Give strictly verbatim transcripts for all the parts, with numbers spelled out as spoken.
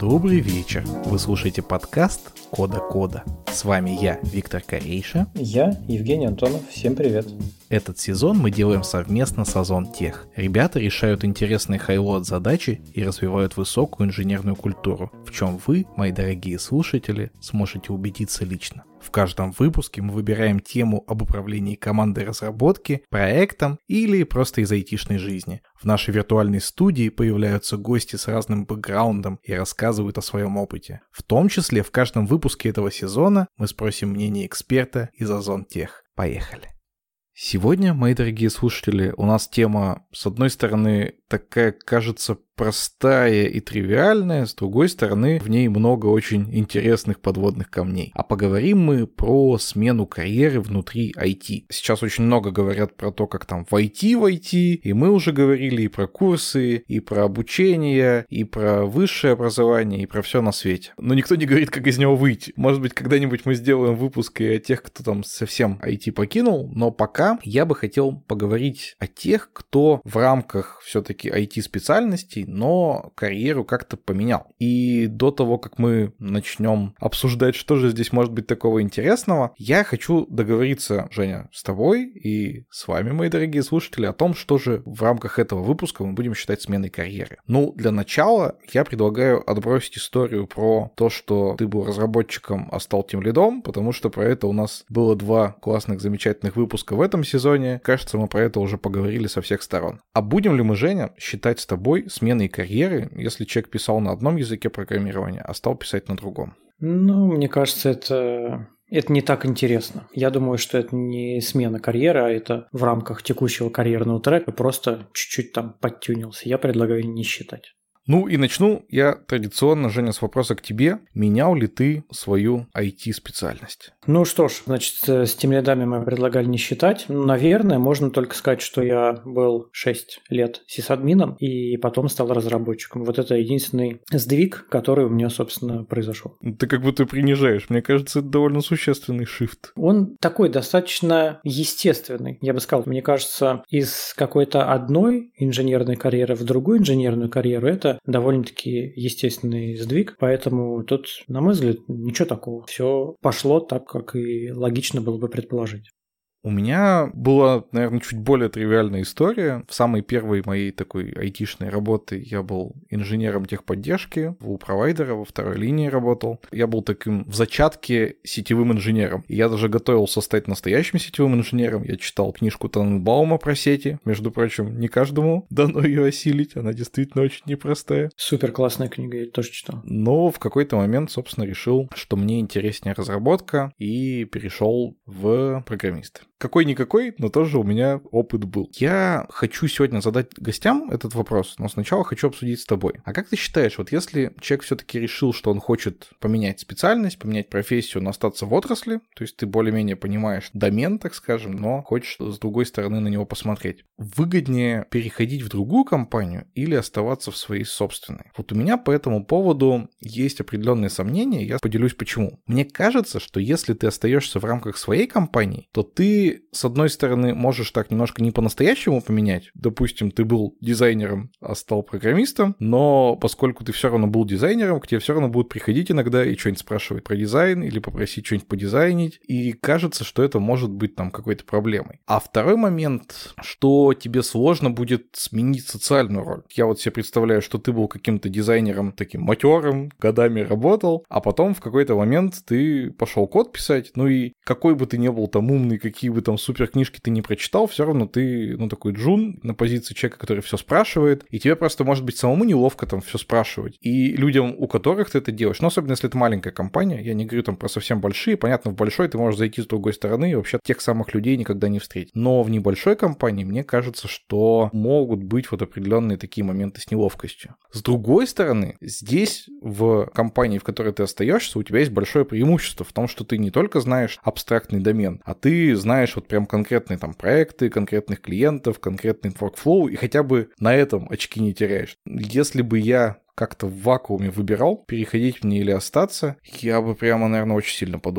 Добрый вечер! Вы слушаете подкаст «Кода Кода». С вами я, Виктор Корейша. Я, Евгений Антонов. Всем привет! Этот сезон мы делаем совместно с Озон Тех. Ребята решают интересные хай-лоад задачи и развивают высокую инженерную культуру, в чем вы, мои дорогие слушатели, сможете убедиться лично. В каждом выпуске мы выбираем тему об управлении командой разработки, проектом или просто из айтишной жизни. В нашей виртуальной студии появляются гости с разным бэкграундом и рассказывают о своем опыте. В том числе в каждом выпуске этого сезона мы спросим мнение эксперта из Озон Тех. Поехали! Сегодня, мои дорогие слушатели, у нас тема, с одной стороны, такая, кажется, простая и тривиальная, с другой стороны, в ней много очень интересных подводных камней. А поговорим мы про смену карьеры внутри ай ти. Сейчас очень много говорят про то, как там в ай ти войти, и мы уже говорили и про курсы, и про обучение, и про высшее образование, и про все на свете. Но никто не говорит, как из него выйти. Может быть, когда-нибудь мы сделаем выпуск и о тех, кто там совсем ай ти покинул, но пока я бы хотел поговорить о тех, кто в рамках все-таки ай ти-специальностей, но карьеру как-то поменял. И до того, как мы начнем обсуждать, что же здесь может быть такого интересного, я хочу договориться, Женя, с тобой и с вами, мои дорогие слушатели, о том, что же в рамках этого выпуска мы будем считать сменой карьеры. Ну, для начала я предлагаю отбросить историю про то, что ты был разработчиком, а стал тимлидом, потому что про это у нас было два классных, замечательных выпуска в этом сезоне. Кажется, мы про это уже поговорили со всех сторон. А будем ли мы, Женя, считать с тобой сменой карьеры, если человек писал на одном языке программирования, а стал писать на другом? Ну, мне кажется, это... Это не так интересно. Я думаю, что это не смена карьеры, а это в рамках текущего карьерного трека просто чуть-чуть там подтюнился. Я предлагаю не считать. Ну и начну я традиционно, Женя, с вопроса к тебе. Менял ли ты свою ай ти-специальность? Ну что ж, значит, с тимлидами мы предлагали не считать. Наверное, можно только сказать, что я был шесть лет сисадмином и потом стал разработчиком. Вот это единственный сдвиг, который у меня, собственно, произошел. Ты как будто принижаешь. Мне кажется, это довольно существенный шифт. Он такой достаточно естественный. Я бы сказал, мне кажется, из какой-то одной инженерной карьеры в другую инженерную карьеру это довольно-таки естественный сдвиг, поэтому тут, на мой взгляд, ничего такого. Все пошло так, как и логично было бы предположить. У меня была, наверное, чуть более тривиальная история. В самой первой моей такой айтишной работы я был инженером техподдержки у провайдера, во второй линии работал. Я был таким в зачатке сетевым инженером. И я даже готовился стать настоящим сетевым инженером. Я читал книжку Таненбаума про сети. Между прочим, не каждому дано ее осилить. Она действительно очень непростая. Супер классная книга, я тоже читал. Но в какой-то момент, собственно, решил, что мне интереснее разработка, и перешел в программиста. Какой-никакой, но тоже у меня опыт был. Я хочу сегодня задать гостям этот вопрос, но сначала хочу обсудить с тобой. А как ты считаешь, вот если человек все-таки решил, что он хочет поменять специальность, поменять профессию, но остаться в отрасли, то есть ты более-менее понимаешь домен, так скажем, но хочешь с другой стороны на него посмотреть, выгоднее переходить в другую компанию или оставаться в своей собственной? Вот у меня по этому поводу есть определенные сомнения, я поделюсь почему. Мне кажется, что если ты остаешься в рамках своей компании, то ты с одной стороны, можешь так немножко не по-настоящему поменять. Допустим, ты был дизайнером, а стал программистом, но поскольку ты все равно был дизайнером, к тебе все равно будут приходить иногда и что-нибудь спрашивать про дизайн или попросить что-нибудь подизайнить, и кажется, что это может быть там какой-то проблемой. А второй момент, что тебе сложно будет сменить социальную роль. Я вот себе представляю, что ты был каким-то дизайнером таким матерым, годами работал, а потом в какой-то момент ты пошел код писать, ну и какой бы ты ни был там умный, какие бы там супер книжки ты не прочитал, все равно ты, ну, такой джун на позиции человека, который все спрашивает, и тебе просто, может быть, самому неловко там все спрашивать. И людям, у которых ты это делаешь, ну, особенно если это маленькая компания, я не говорю там про совсем большие, понятно, в большой ты можешь зайти с другой стороны и вообще тех самых людей никогда не встретить. Но в небольшой компании мне кажется, что могут быть вот определенные такие моменты с неловкостью. С другой стороны, здесь в компании, в которой ты остаешься, у тебя есть большое преимущество в том, что ты не только знаешь абстрактный домен, а ты знаешь вот прям конкретные там проекты, конкретных клиентов, конкретный workflow, и хотя бы на этом очки не теряешь. Если бы я как-то в вакууме выбирал, переходить мне или остаться, я бы прямо, наверное, очень сильно подумал.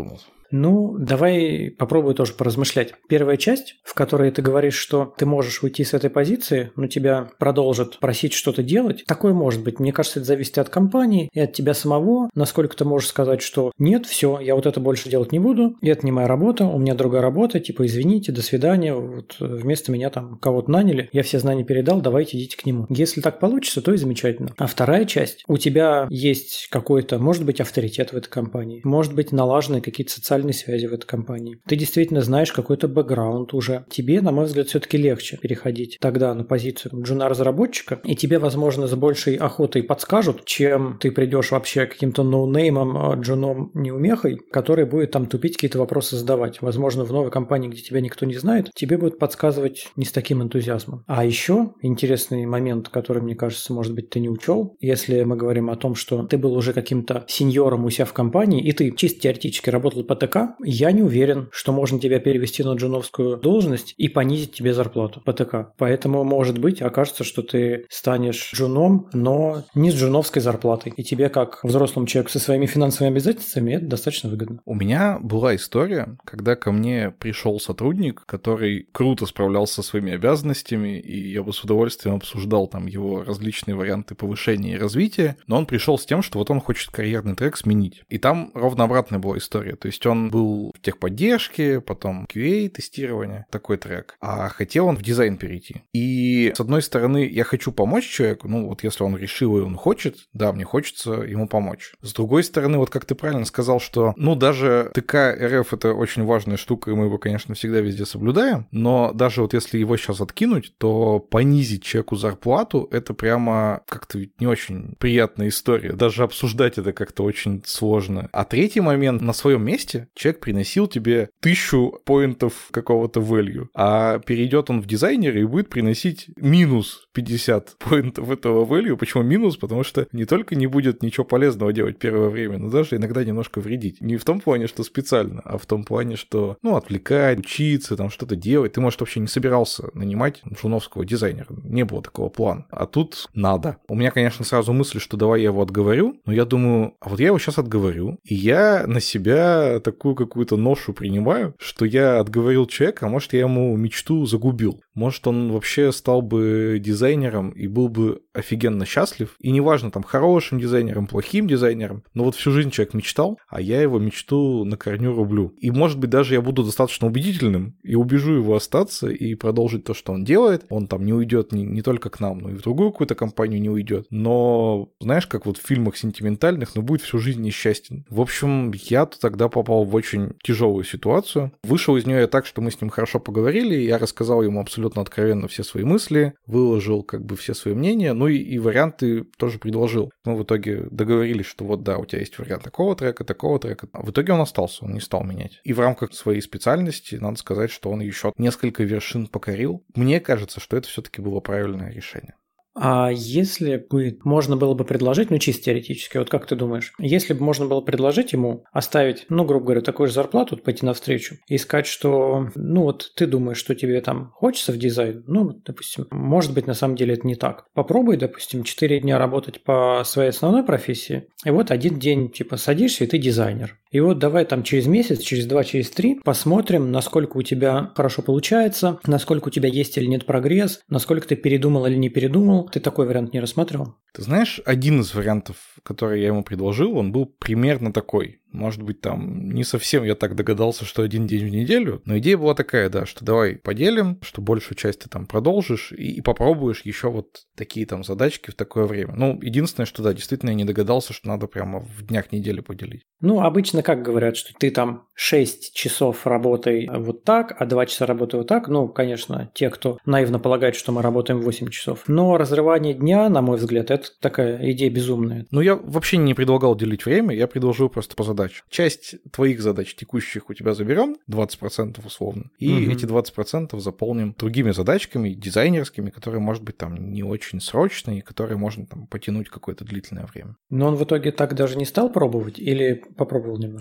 Ну, давай попробую тоже поразмышлять. Первая часть, в которой ты говоришь, что ты можешь уйти с этой позиции, но тебя продолжат просить что-то делать, такое может быть. Мне кажется, это зависит от компании и от тебя самого, насколько ты можешь сказать, что нет, все, я вот это больше делать не буду, и это не моя работа, у меня другая работа, типа извините, до свидания, вот вместо меня там кого-то наняли, я все знания передал, давайте идите к нему. Если так получится, то и замечательно. А вторая часть, у тебя есть какой-то, может быть, авторитет в этой компании, может быть, налажены какие-то социальные связи в этой компании. Ты действительно знаешь какой-то бэкграунд уже. Тебе, на мой взгляд, все-таки легче переходить тогда на позицию джуна-разработчика, и тебе, возможно, с большей охотой подскажут, чем ты придешь вообще каким-то ноунеймом, джуном неумехой, который будет там тупить, какие-то вопросы задавать. Возможно, в новой компании, где тебя никто не знает, тебе будут подсказывать не с таким энтузиазмом. А еще интересный момент, который, мне кажется, может быть, ты не учел, если мы говорим о том, что ты был уже каким-то сеньором у себя в компании, и ты чисто теоретически работал по ТК, я не уверен, что можно тебя перевести на джуновскую должность и понизить тебе зарплату по ТК. Поэтому, может быть, окажется, что ты станешь джуном, но не с джуновской зарплатой. И тебе, как взрослому человеку со своими финансовыми обязательствами, это достаточно выгодно. У меня была история, когда ко мне пришел сотрудник, который круто справлялся со своими обязанностями, и я бы с удовольствием обсуждал там его различные варианты повышения и развития, но он пришел с тем, что вот он хочет карьерный трек сменить. И там ровно обратная была история. То есть он был в техподдержке, потом кью эй-тестирование, такой трек. А хотел он в дизайн перейти. И, с одной стороны, я хочу помочь человеку, ну вот если он решил и он хочет, да, мне хочется ему помочь. С другой стороны, вот как ты правильно сказал, что, ну, даже ТК РФ — это очень важная штука, и мы его, конечно, всегда везде соблюдаем, но даже вот если его сейчас откинуть, то понизить человеку зарплату — это прямо как-то не очень приятная история. Даже обсуждать это как-то очень сложно. А третий момент, на своем месте человек приносил тебе тысячу поинтов какого-то value, а перейдет он в дизайнера и будет приносить минус пятьдесят поинтов этого value. Почему минус? Потому что не только не будет ничего полезного делать первое время, но даже иногда немножко вредить. Не в том плане, что специально, а в том плане, что, ну, отвлекать, учиться, там что-то делать. Ты, может, вообще не собирался нанимать джуновского дизайнера. Не было такого плана. А тут надо. У меня, конечно, сразу мысль, что давай я его отговорю, но я думаю, а вот я его сейчас отговорю, и я на себя такую какую-то ношу принимаю, что я отговорил человека, а может, я ему мечту загубил. Может, он вообще стал бы дизайнером и был бы офигенно счастлив. И неважно, там, хорошим дизайнером, плохим дизайнером, но вот всю жизнь человек мечтал, а я его мечту на корню рублю. И, может быть, даже я буду достаточно убедительным и убежу его остаться и продолжить то, что он делает. Он там не уйдет не, не только к нам, но и в другую какую-то компанию не уйдет. Но, знаешь, как вот в фильмах сентиментальных, но будет всю жизнь несчастен. В общем, я тогда попал в очень тяжелую ситуацию. Вышел из нее я так, что мы с ним хорошо поговорили, я рассказал ему абсолютно откровенно все свои мысли, выложил как бы все свои мнения, ну и, и варианты тоже предложил. Мы в итоге договорились, что вот да, у тебя есть вариант такого трека, такого трека. А в итоге он остался, он не стал менять. И в рамках своей специальности, надо сказать, что он еще несколько вершин покорил. Мне кажется, что это все-таки было правильное решение. А если бы можно было бы предложить, ну чисто теоретически, вот как ты думаешь, если бы можно было предложить ему оставить, ну, грубо говоря, такую же зарплату, пойти навстречу и сказать, что, ну вот ты думаешь, что тебе там хочется в дизайн, ну, допустим, может быть, на самом деле это не так. Попробуй, допустим, четыре дня работать по своей основной профессии, и вот один день, типа, садишься, и ты дизайнер. И вот давай там через месяц, через два, через три посмотрим, насколько у тебя хорошо получается, насколько у тебя есть или нет прогресс, насколько ты передумал или не передумал. Ты такой вариант не рассматривал? Ты знаешь, один из вариантов, который я ему предложил, он был примерно такой. Может быть, там не совсем я так догадался, что один день в неделю, но идея была такая, да, что давай поделим, что большую часть ты там продолжишь и, и попробуешь еще вот такие там задачки в такое время. Ну, единственное, что да, действительно я не догадался, что надо прямо в днях недели поделить. Ну, обычно как говорят, что ты там шесть часов работай вот так, а два часа работай вот так. Ну, конечно, те, кто наивно полагает, что мы работаем восемь часов. Но разрывание дня, на мой взгляд, это такая идея безумная. Ну, я вообще не предлагал делить время, я предложил просто по задачам. Часть твоих задач текущих у тебя заберем, двадцать процентов условно, и mm-hmm. эти двадцать процентов заполним другими задачками, дизайнерскими, которые, может быть, там не очень срочные, которые можно там потянуть какое-то длительное время. Но он в итоге так даже не стал пробовать или попробовал немножко?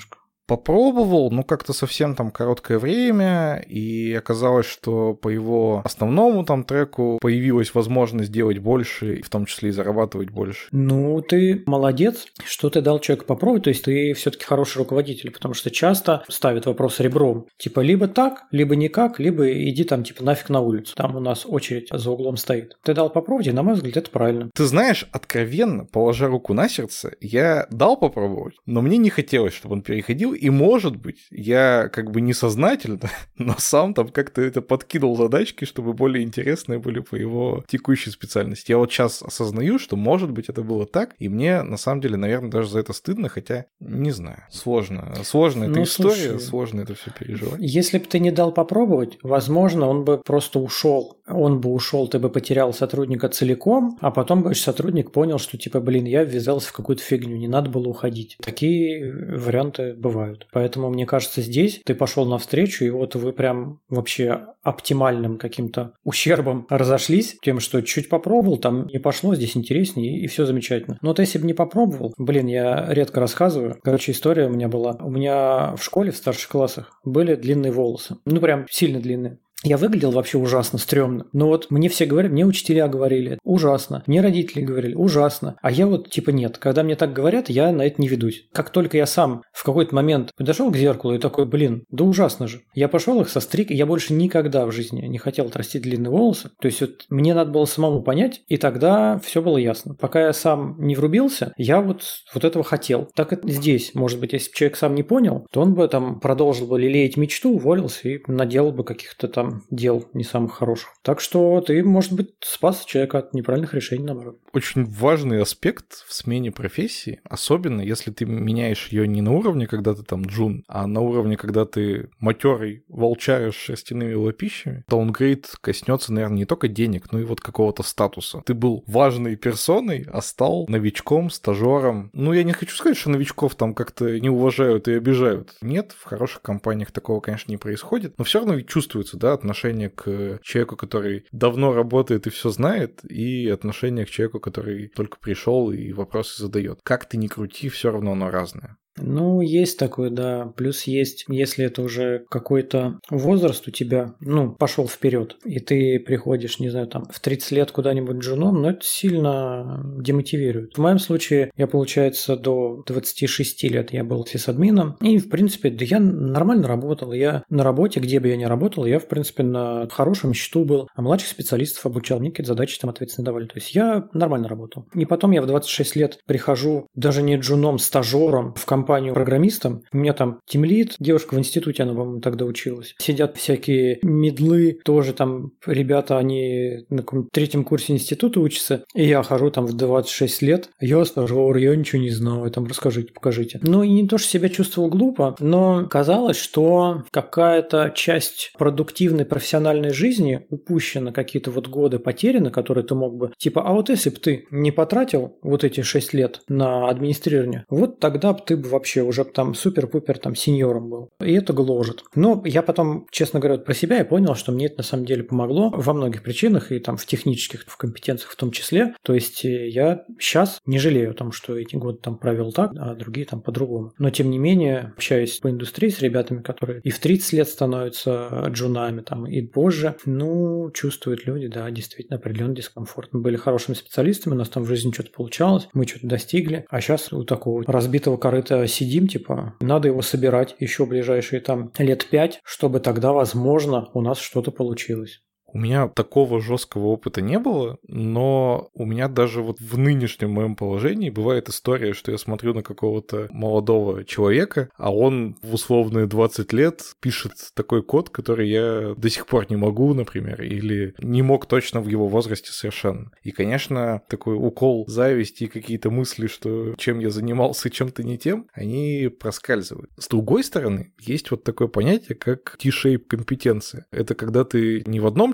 Попробовал, но как-то совсем там короткое время, и оказалось, что по его основному там треку появилась возможность делать больше, в том числе и зарабатывать больше. Ну, ты молодец, что ты дал человеку попробовать, то есть ты все-таки хороший руководитель, потому что часто ставят вопрос ребром, типа либо так, либо никак, либо иди там типа нафиг на улицу, там у нас очередь за углом стоит. Ты дал попробовать, и на мой взгляд, это правильно. Ты знаешь, откровенно, положа руку на сердце, я дал попробовать, но мне не хотелось, чтобы он переходил. И, может быть, я как бы несознательно, но сам там как-то это подкинул задачки, чтобы более интересные были по его текущей специальности. Я вот сейчас осознаю, что, может быть, это было так, и мне, на самом деле, наверное, даже за это стыдно, хотя, не знаю, сложно. Сложно эта ну, история, слушай, сложно это все переживать. Если бы ты не дал попробовать, возможно, он бы просто ушел. Он бы ушел, ты бы потерял сотрудника целиком, а потом бы сотрудник понял, что типа, блин, я ввязался в какую-то фигню, не надо было уходить. Такие варианты бывают. Поэтому, мне кажется, здесь ты пошел навстречу, и вот вы прям вообще оптимальным каким-то ущербом разошлись, тем, что чуть попробовал, там не пошло, здесь интереснее, и все замечательно. Но вот если бы не попробовал, блин, я редко рассказываю. Короче, история у меня была. У меня в школе, в старших классах, были длинные волосы. Ну, прям сильно длинные. Я выглядел вообще ужасно, стрёмно. Но вот мне все говорят, мне учителя говорили, ужасно. Мне родители говорили, ужасно. А я вот типа нет. Когда мне так говорят, я на это не ведусь. Как только я сам в какой-то момент подошел к зеркалу и такой, блин, да ужасно же. Я пошел их состриг, и я больше никогда в жизни не хотел отрастить длинные волосы. То есть вот мне надо было самому понять, и тогда все было ясно. Пока я сам не врубился, я вот, вот этого хотел. Так и здесь, может быть, если бы человек сам не понял, то он бы там продолжил бы лелеять мечту, уволился и наделал бы каких-то там дел не самых хороших. Так что ты, может быть, спас человека от неправильных решений, наоборот. Очень важный аспект в смене профессии, особенно если ты меняешь ее не на уровне, когда ты там джун, а на уровне, когда ты матерый волчара с шерстяными лапищами, даунгрейд коснется, наверное, не только денег, но и вот какого-то статуса. Ты был важной персоной, а стал новичком, стажером. Ну, я не хочу сказать, что новичков там как-то не уважают и обижают. Нет, в хороших компаниях такого, конечно, не происходит, но все равно ведь чувствуется, да, отношение к человеку, который давно работает и все знает, и отношение к человеку, который только пришел и вопросы задает. Как ты ни крути, все равно оно разное. Ну, есть такое, да. Плюс есть, если это уже какой-то возраст у тебя, ну, пошел вперед, и ты приходишь, не знаю, там, в тридцать лет куда-нибудь джуном, но это сильно демотивирует. В моем случае, я, получается, до двадцати шести лет я был сисадмином, и, в принципе, да я нормально работал. Я на работе, где бы я ни работал, я, в принципе, на хорошем счету был, а младших специалистов обучал, мне какие-то задачи там ответственно давали. То есть я нормально работал. И потом я в двадцать шесть лет прихожу даже не джуном, стажером в компанию, компанию программистом. У меня там тимлид, девушка в институте, она, по-моему, тогда училась. Сидят всякие мидлы, тоже там ребята, они на каком-то третьем курсе института учатся, и я хожу там в двадцать шесть лет, я стажер, я ничего не знаю, там расскажите, покажите. Ну и не то, что себя чувствовал глупо, но казалось, что какая-то часть продуктивной профессиональной жизни упущена, какие-то вот годы потеряны, которые ты мог бы, типа, а вот если бы ты не потратил вот эти шесть лет на администрирование, вот тогда бы ты бы вообще уже там супер-пупер там сеньором был. И это гложет. Но я потом, честно говоря, про себя я понял, что мне это на самом деле помогло во многих причинах, и там в технических, в компетенциях в том числе. То есть я сейчас не жалею о том, что эти годы там провел так, а другие там по-другому. Но тем не менее, общаясь по индустрии с ребятами, которые и в тридцать лет становятся джунами, там, и позже, ну, чувствуют люди, да, действительно определенный дискомфорт. Мы были хорошими специалистами, у нас там в жизни что-то получалось, мы что-то достигли, а сейчас у такого разбитого корыта сидим, типа, надо его собирать еще ближайшие там лет пять, чтобы тогда, возможно, у нас что-то получилось. У меня такого жесткого опыта не было, но у меня даже вот в нынешнем моем положении бывает история, что я смотрю на какого-то молодого человека, а он в условные двадцать лет пишет такой код, который я до сих пор не могу, например, или не мог точно в его возрасте совершенно. И, конечно, такой укол зависти и какие-то мысли, что чем я занимался чем-то не тем, они проскальзывают. С другой стороны, есть вот такое понятие, как T-shape компетенция. Это когда ты не в одном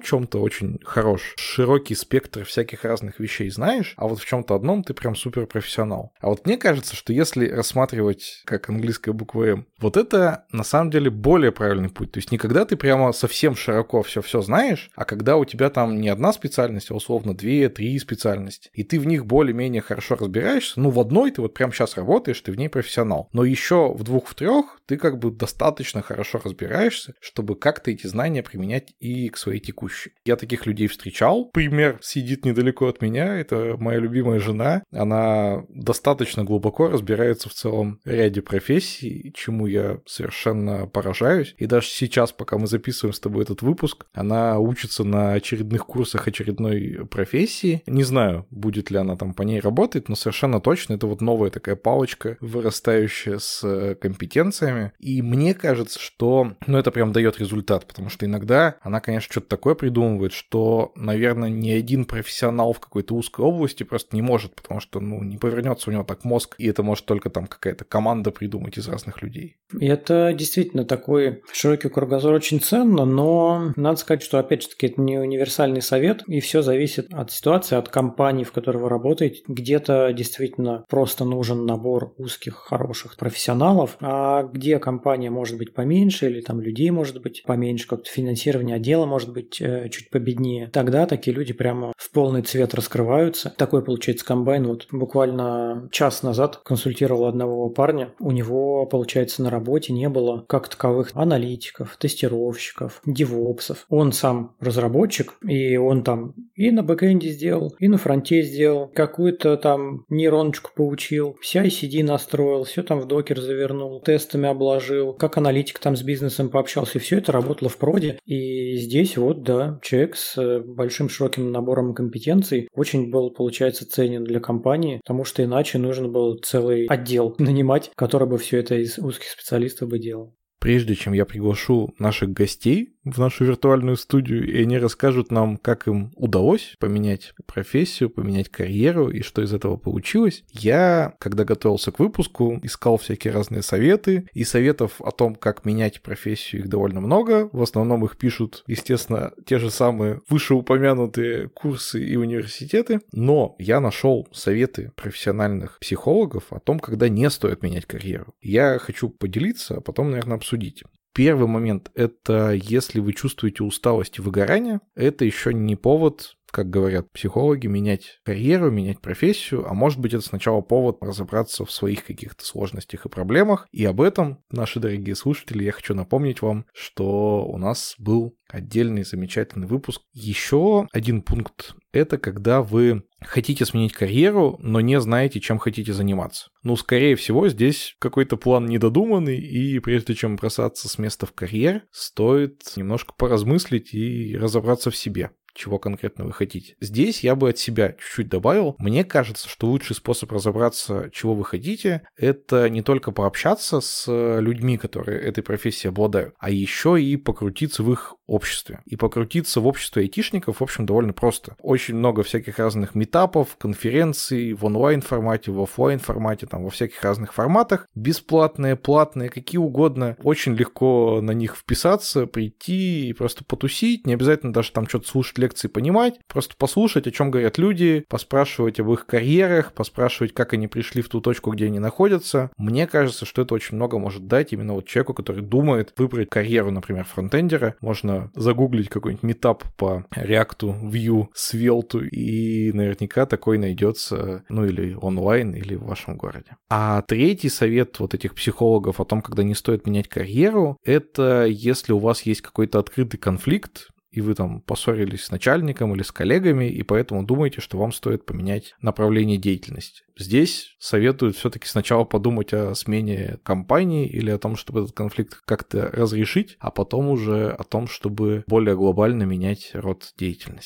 чем-то очень хорош, широкий спектр всяких разных вещей знаешь, а вот в чем-то одном ты прям суперпрофессионал. А вот мне кажется, что если рассматривать как английская буква М, вот это на самом деле более правильный путь. То есть не когда ты прямо совсем широко все-все знаешь, а когда у тебя там не одна специальность, а условно две-три специальности, и ты в них более-менее хорошо разбираешься. Ну, в одной ты вот прямо сейчас работаешь, ты в ней профессионал. Но еще в двух, в трех ты как бы достаточно хорошо разбираешься, чтобы как-то эти знания применять и к своей текущей. Я таких людей встречал. Пример сидит недалеко от меня. Это моя любимая жена. Она достаточно глубоко разбирается в целом ряде профессий, чему я совершенно поражаюсь. И даже сейчас, пока мы записываем с тобой этот выпуск, она учится на очередных курсах очередной профессии. Не знаю, будет ли она там по ней работать, но совершенно точно это вот новая такая палочка, вырастающая с компетенциями. И мне кажется, что ну, это прям дает результат, потому что иногда она, конечно, что-то такое придумывает, что, наверное, ни один профессионал в какой-то узкой области просто не может, потому что, ну, не повернется у него так мозг, и это может только там какая-то команда придумать из разных людей. И это действительно такой широкий кругозор очень ценно, но надо сказать, что, опять же таки, это не универсальный совет, и все зависит от ситуации, от компании, в которой вы работаете. Где-то действительно просто нужен набор узких, хороших профессионалов, а где компания может быть поменьше, или там людей может быть поменьше, как-то финансирование отдела может быть чуть победнее, тогда такие люди прямо в полный цвет раскрываются. Такой получается комбайн. Вот буквально час назад консультировал одного парня, у него, получается, на работе не было как таковых аналитиков, тестировщиков, девопсов. Он сам разработчик, и он там и на бэкэнде сделал, и на фронте сделал, какую-то там нейроночку поучил, си ай си ди настроил, все там в докер завернул, тестами обложил, как аналитик там с бизнесом пообщался, и все это работало в проде. И здесь вот, да, человек с большим широким набором компетенций очень был, получается, ценен для компании, потому что иначе нужно было целый отдел нанимать, который бы все это из узких специалистов бы делал. Прежде чем я приглашу наших гостей в нашу виртуальную студию, и они расскажут нам, как им удалось поменять профессию, поменять карьеру и что из этого получилось, я, когда готовился к выпуску, искал всякие разные советы, и советов о том, как менять профессию, их довольно много. В основном их пишут, естественно, те же самые вышеупомянутые курсы и университеты, но я нашел советы профессиональных психологов о том, когда не стоит менять карьеру. Я хочу поделиться, а потом, наверное, обсудить. Судить. Первый момент – это если вы чувствуете усталость и выгорание, это еще не повод, как говорят психологи, менять карьеру, менять профессию, а может быть это сначала повод разобраться в своих каких-то сложностях и проблемах. И об этом, наши дорогие слушатели, я хочу напомнить вам, что у нас был отдельный замечательный выпуск. Еще один пункт – это когда вы хотите сменить карьеру, но не знаете, чем хотите заниматься. Ну, скорее всего, здесь какой-то план недодуманный, и прежде чем бросаться с места в карьер, стоит немножко поразмыслить и разобраться в себе, чего конкретно вы хотите. Здесь я бы от себя чуть-чуть добавил. Мне кажется, что лучший способ разобраться, чего вы хотите, это не только пообщаться с людьми, которые этой профессией обладают, а еще и покрутиться в их обществе. И покрутиться в обществе айтишников, в общем, довольно просто. Очень много всяких разных митапов, конференций в онлайн-формате, в офлайн-формате, там, во всяких разных форматах. Бесплатные, платные, какие угодно. Очень легко на них вписаться, прийти и просто потусить. Не обязательно даже там что-то слушать, лекции понимать, просто послушать, о чем говорят люди, поспрашивать об их карьерах, поспрашивать, как они пришли в ту точку, где они находятся. Мне кажется, что это очень много может дать именно вот человеку, который думает выбрать карьеру, например, фронтендера. Можно загуглить какой-нибудь митап по React, Vue, Svelte, и наверняка такой найдется, ну или онлайн, или в вашем городе. А третий совет вот этих психологов о том, когда не стоит менять карьеру, это если у вас есть какой-то открытый конфликт, и вы там поссорились с начальником или с коллегами, и поэтому думаете, что вам стоит поменять направление деятельности. Здесь советуют все-таки сначала подумать о смене компании или о том, чтобы этот конфликт как-то разрешить, а потом уже о том, чтобы более глобально менять род деятельности.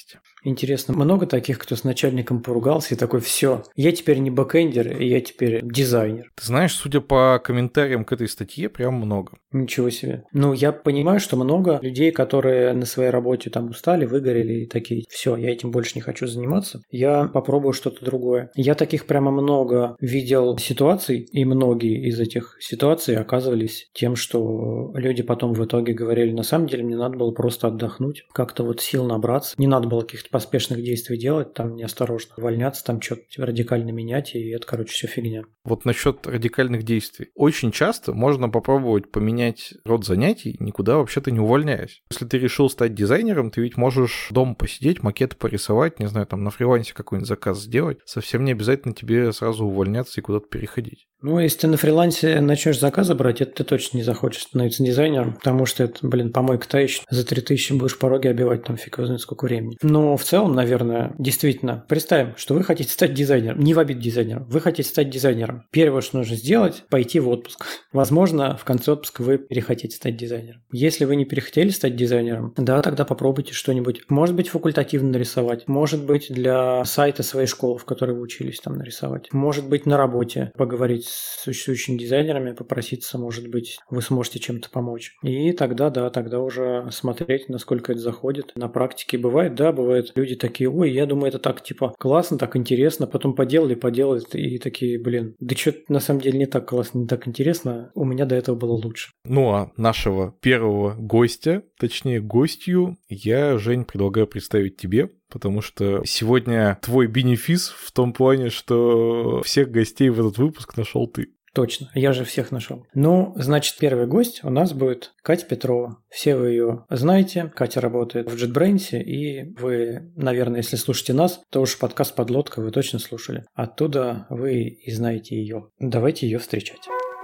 Интересно, много таких, кто с начальником поругался и такой, все, я теперь не бэкэндер, я теперь дизайнер. Ты знаешь, судя по комментариям к этой статье, прям много. Ничего себе. Ну, я понимаю, что много людей, которые на своей работе там устали, выгорели и такие, все, я этим больше не хочу заниматься, я попробую что-то другое. Я таких прямо много видел ситуаций, и многие из этих ситуаций оказывались тем, что люди потом в итоге говорили, на самом деле мне надо было просто отдохнуть, как-то вот сил набраться, не надо было каких-то поспешных действий делать, там неосторожно увольняться, там что-то радикально менять, и это, короче, все фигня. Вот насчет радикальных действий. Очень часто можно попробовать поменять род занятий, никуда вообще-то не увольняясь. Если ты решил стать дизайнером, ты ведь можешь дома посидеть, макеты порисовать, не знаю, там на фрилансе какой-нибудь заказ сделать. Совсем не обязательно тебе сразу увольняться и куда-то переходить. Ну, если ты на фрилансе начнешь заказы брать, это ты точно не захочешь становиться дизайнером, потому что это, блин, помойка та еще. За три тысячи будешь пороги обивать, там фиг его знает сколько времени. Но в целом, наверное, действительно, представим, что вы хотите стать дизайнером. Не в обид дизайнером. Вы хотите стать дизайнером. Первое, что нужно сделать, пойти в отпуск. Возможно, в конце отпуска вы перехотите стать дизайнером. Если вы не перехотели стать дизайнером, да, тогда попробуйте что-нибудь. Может быть, факультативно нарисовать. Может быть, для сайта своей школы, в которой вы учились, там нарисовать. Может быть, на работе поговорить с существующими дизайнерами, попроситься, может быть, вы сможете чем-то помочь. И тогда, да, тогда уже смотреть, насколько это заходит. На практике бывает, да, бывает люди такие, ой, я думаю, это так, типа, классно, так интересно, потом поделали, поделают, и такие, блин, да что-то на самом деле не так классно, не так интересно, у меня до этого было лучше. Ну, а нашего первого гостя, точнее, гостью, я, Жень, предлагаю представить тебе, потому что сегодня твой бенефис в том плане, что всех гостей в этот выпуск нашел ты. Точно, я же всех нашел. Ну, значит, первый гость у нас будет Катя Петрова. Все вы ее знаете. Катя работает в JetBrains, и вы, наверное, если слушаете нас, то уж подкаст «Подлодка» вы точно слушали. Оттуда вы и знаете ее. Давайте ее встречать.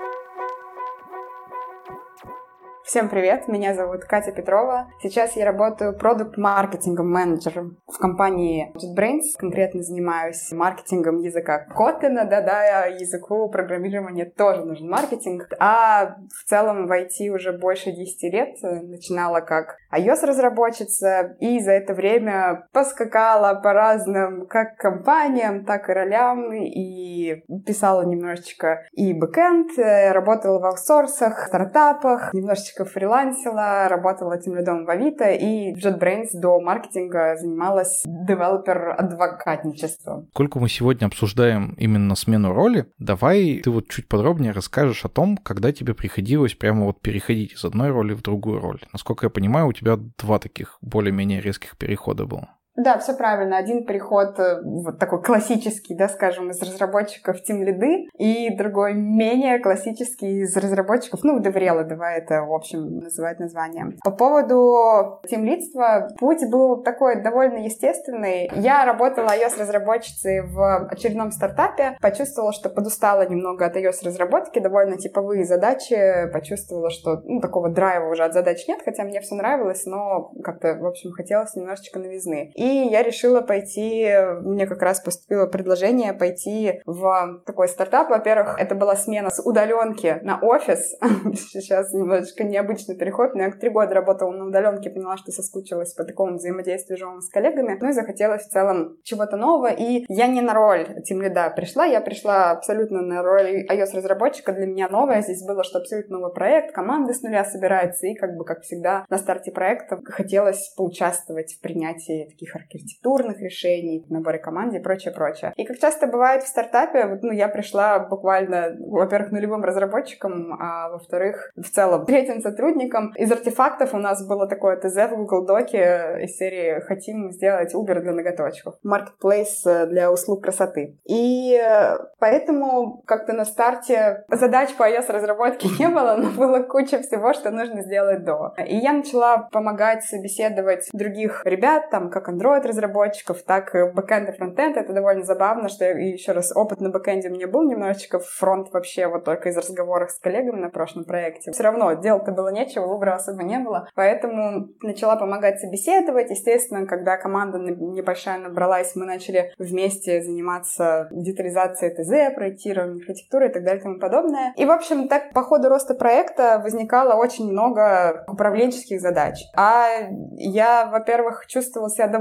Всем привет, меня зовут Катя Петрова. Сейчас я работаю продукт-маркетингом менеджером в компании JetBrains. Конкретно занимаюсь маркетингом языка Kotlin. Да-да, языку программирования тоже нужен маркетинг. А в целом в ай ти уже больше десять лет. Начинала как iOS-разработчица, и за это время поскакала по разным как компаниям, так и ролям, и писала немножечко и бэкэнд, работала в аутсорсах, стартапах, немножечко фрилансила, работала тимлидом в Авито, и в JetBrains до маркетинга занималась девелопер-адвокатничеством. Сколько мы сегодня обсуждаем именно смену роли, давай ты вот чуть подробнее расскажешь о том, когда тебе приходилось прямо вот переходить из одной роли в другую роль. Насколько я понимаю, у тебя два таких более-менее резких перехода было. Да, все правильно. Один переход вот такой классический, да, скажем, из разработчиков в тимлиды, и другой менее классический из разработчиков, ну, в деврелы, давай это, в общем, называть названием. По поводу тимлидства, путь был такой довольно естественный. Я работала iOS-разработчицей в очередном стартапе, почувствовала, что подустала немного от iOS-разработки, довольно типовые задачи, почувствовала, что, ну, такого драйва уже от задач нет, хотя мне все нравилось, но как-то, в общем, хотелось немножечко новизны. И я решила пойти, мне как раз поступило предложение пойти в такой стартап. Во-первых, это была смена с удаленки на офис. Сейчас немножечко необычный переход, но я три года работала на удаленке, поняла, что соскучилась по такому взаимодействию живому с коллегами. Ну и захотелось в целом чего-то нового. И я не на роль тимлида пришла, я пришла абсолютно на роль iOS-разработчика. Для меня новое здесь было, что абсолютно новый проект, команда с нуля собирается, и как бы, как всегда, на старте проекта хотелось поучаствовать в принятии таких архитектурных решений, наборе команды и прочее, прочее. И как часто бывает в стартапе, вот, ну, я пришла буквально, во-первых, нулевым разработчиком, а во-вторых, в целом, третьим сотрудником. Из артефактов у нас было такое ТЗ в Google Доке из серии «Хотим сделать Uber для ноготочков», marketplace для услуг красоты. И поэтому как-то на старте задач по iOS-разработке не было, но было куча всего, что нужно сделать до. И я начала помогать собеседовать других ребят, там, как Android-разработчиков, так и бэкэнд и фронтенд. Это довольно забавно, что я, еще раз, опыт на бэкэнде у меня был немножечко, фронт вообще вот только из разговоров с коллегами на прошлом проекте. Все равно делать-то было нечего, выбора особо не было. Поэтому начала помогать собеседовать. Естественно, когда команда небольшая набралась, мы начали вместе заниматься детализацией ТЗ, проектированием архитектуры и так далее и тому подобное. И, в общем, так по ходу роста проекта возникало очень много управленческих задач. А я, во-первых, чувствовала себя довольно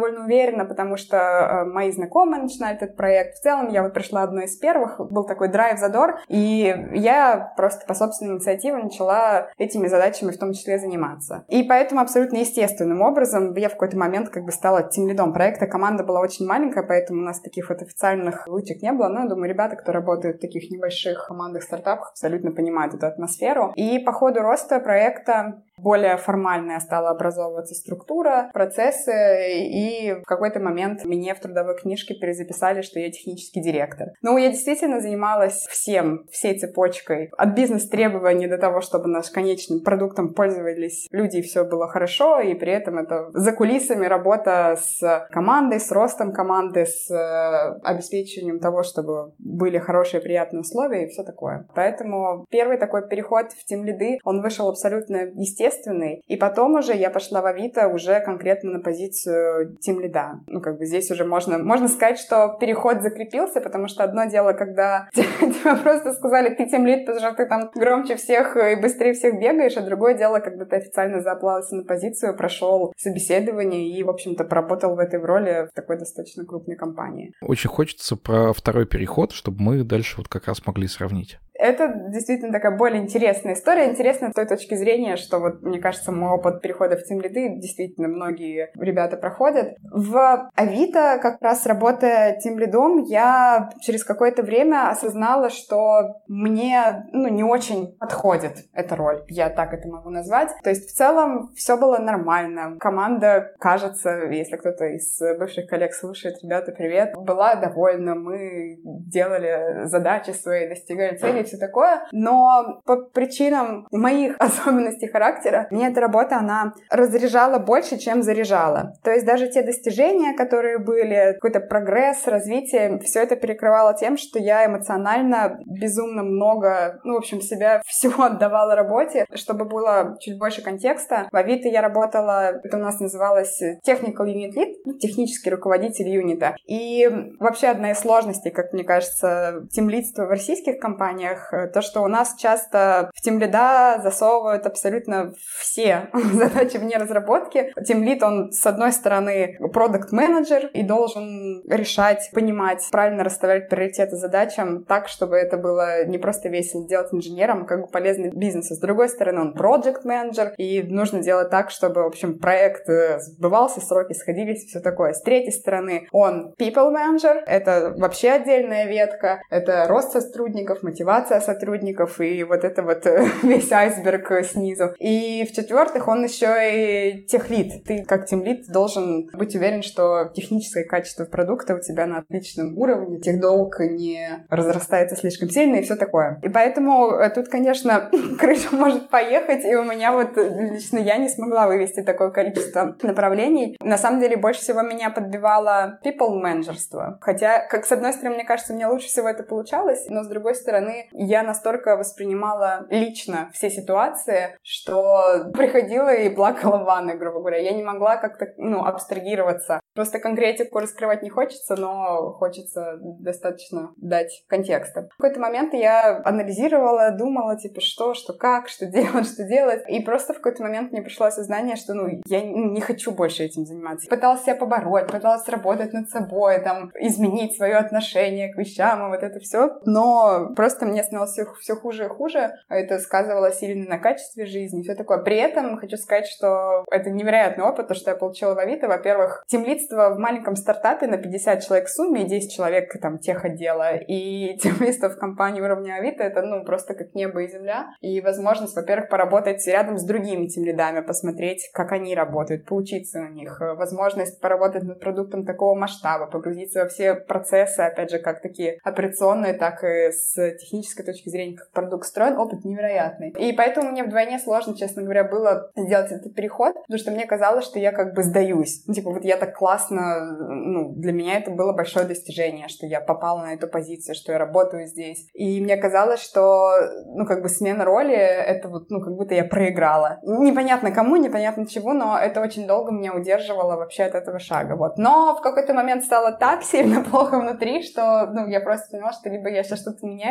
довольно уверенно, потому что мои знакомые начинали этот проект. В целом, я вот пришла одной из первых, был такой драйв, задор, и я просто по собственной инициативе начала этими задачами в том числе заниматься. И поэтому абсолютно естественным образом я в какой-то момент как бы стала тимлидом проекта. Команда была очень маленькая, поэтому у нас таких вот официальных вычек не было. Но, я думаю, ребята, кто работают в таких небольших командах, стартапах, абсолютно понимают эту атмосферу. И по ходу роста проекта более формальная стала образовываться структура, процессы, и в какой-то момент мне в трудовой книжке перезаписали, что я технический директор. Ну, я действительно занималась всем, всей цепочкой, от бизнес-требований до того, чтобы наш конечным продуктом пользовались люди, и все было хорошо, и при этом это за кулисами работа с командой, с ростом команды, с обеспечением того, чтобы были хорошие, приятные условия и все такое. Поэтому первый такой переход в тимлиды, он вышел абсолютно естественно, и потом уже я пошла в Авито уже конкретно на позицию тимлида. Ну, как бы здесь уже можно, можно сказать, что переход закрепился, потому что одно дело, когда тебе просто сказали, ты тимлид, потому что ты там громче всех и быстрее всех бегаешь, а другое дело, когда ты официально заплавался на позицию, прошел собеседование и, в общем-то, поработал в этой роли в такой достаточно крупной компании. Очень хочется про второй переход, чтобы мы дальше вот как раз могли сравнить. Это действительно такая более интересная история. Интересная с той точки зрения, что вот, мне кажется, мой опыт перехода в тимлиды действительно многие ребята проходят. В Авито, как раз работая тимлидом, я через какое-то время осознала, что мне, ну, не очень подходит эта роль. Я так это могу назвать. То есть в целом все было нормально. Команда, кажется, если кто-то из бывших коллег слушает, ребята, привет, была довольна. Мы делали задачи свои, достигали целей, все такое, но по причинам моих особенностей характера мне эта работа, она разряжала больше, чем заряжала. То есть даже те достижения, которые были, какой-то прогресс, развитие, все это перекрывало тем, что я эмоционально безумно много, ну, в общем, себя всего отдавала работе, чтобы было чуть больше контекста. В Авито я работала, это у нас называлось Technical Unit Lead, технический руководитель юнита. И вообще одна из сложностей, как мне кажется, тимлидства в российских компаниях, то, что у нас часто в тимлида засовывают абсолютно все задачи вне разработки. Тимлид, он, с одной стороны, продакт-менеджер и должен решать, понимать, правильно расставлять приоритеты задачам так, чтобы это было не просто весело делать инженером, а как бы полезно бизнесу. С другой стороны, он проект-менеджер, и нужно делать так, чтобы, в общем, проект сбывался, сроки сходились, все такое. С третьей стороны, он people-менеджер, это вообще отдельная ветка, это рост сотрудников, мотивация сотрудников и вот это вот весь айсберг снизу. И в-четвертых, он еще и техлид. Ты как тимлид должен быть уверен, что техническое качество продукта у тебя на отличном уровне, техдолг не разрастается слишком сильно и все такое. И поэтому тут, конечно, крыша может поехать, и у меня вот лично я не смогла вывести такое количество направлений. На самом деле больше всего меня подбивало people-менеджерство. Хотя, как с одной стороны, мне кажется, у меня лучше всего это получалось, но с другой стороны, я настолько воспринимала лично все ситуации, что приходила и плакала в ванной, грубо говоря. Я не могла как-то, ну, абстрагироваться. Просто конкретику раскрывать не хочется, но хочется достаточно дать контекста. В какой-то момент я анализировала, думала, типа, что, что, как, что делать, что делать. И просто в какой-то момент мне пришло осознание, что, ну, я не хочу больше этим заниматься. Пыталась себя побороть, пыталась работать над собой, там, изменить свое отношение к вещам и вот это все. Но просто мне становилось все, все хуже и хуже. Это сказывалось сильно на качестве жизни и все такое. При этом хочу сказать, что это невероятный опыт, то, что я получила в Авито. Во-первых, тимлидство в маленьком стартапе на пятьдесят человек в сумме и десять человек там техотдела. И тимлидство в компании уровня Авито — это, ну, просто как небо и земля. И возможность, во-первых, поработать рядом с другими тимлидами, посмотреть, как они работают, поучиться на них. Возможность поработать над продуктом такого масштаба, погрузиться во все процессы, опять же, как такие операционные, так и с технической точки зрения, как продукт строен, опыт невероятный. И поэтому мне вдвойне сложно, честно говоря, было сделать этот переход, потому что мне казалось, что я как бы сдаюсь. Ну, типа, вот я так классно, ну, для меня это было большое достижение, что я попала на эту позицию, что я работаю здесь. И мне казалось, что, ну, как бы смена роли, это вот, ну, как будто я проиграла. Непонятно кому, непонятно чего, но это очень долго меня удерживало вообще от этого шага, вот. Но в какой-то момент стало так сильно плохо внутри, что, ну, я просто поняла, что либо я сейчас что-то меняю, либо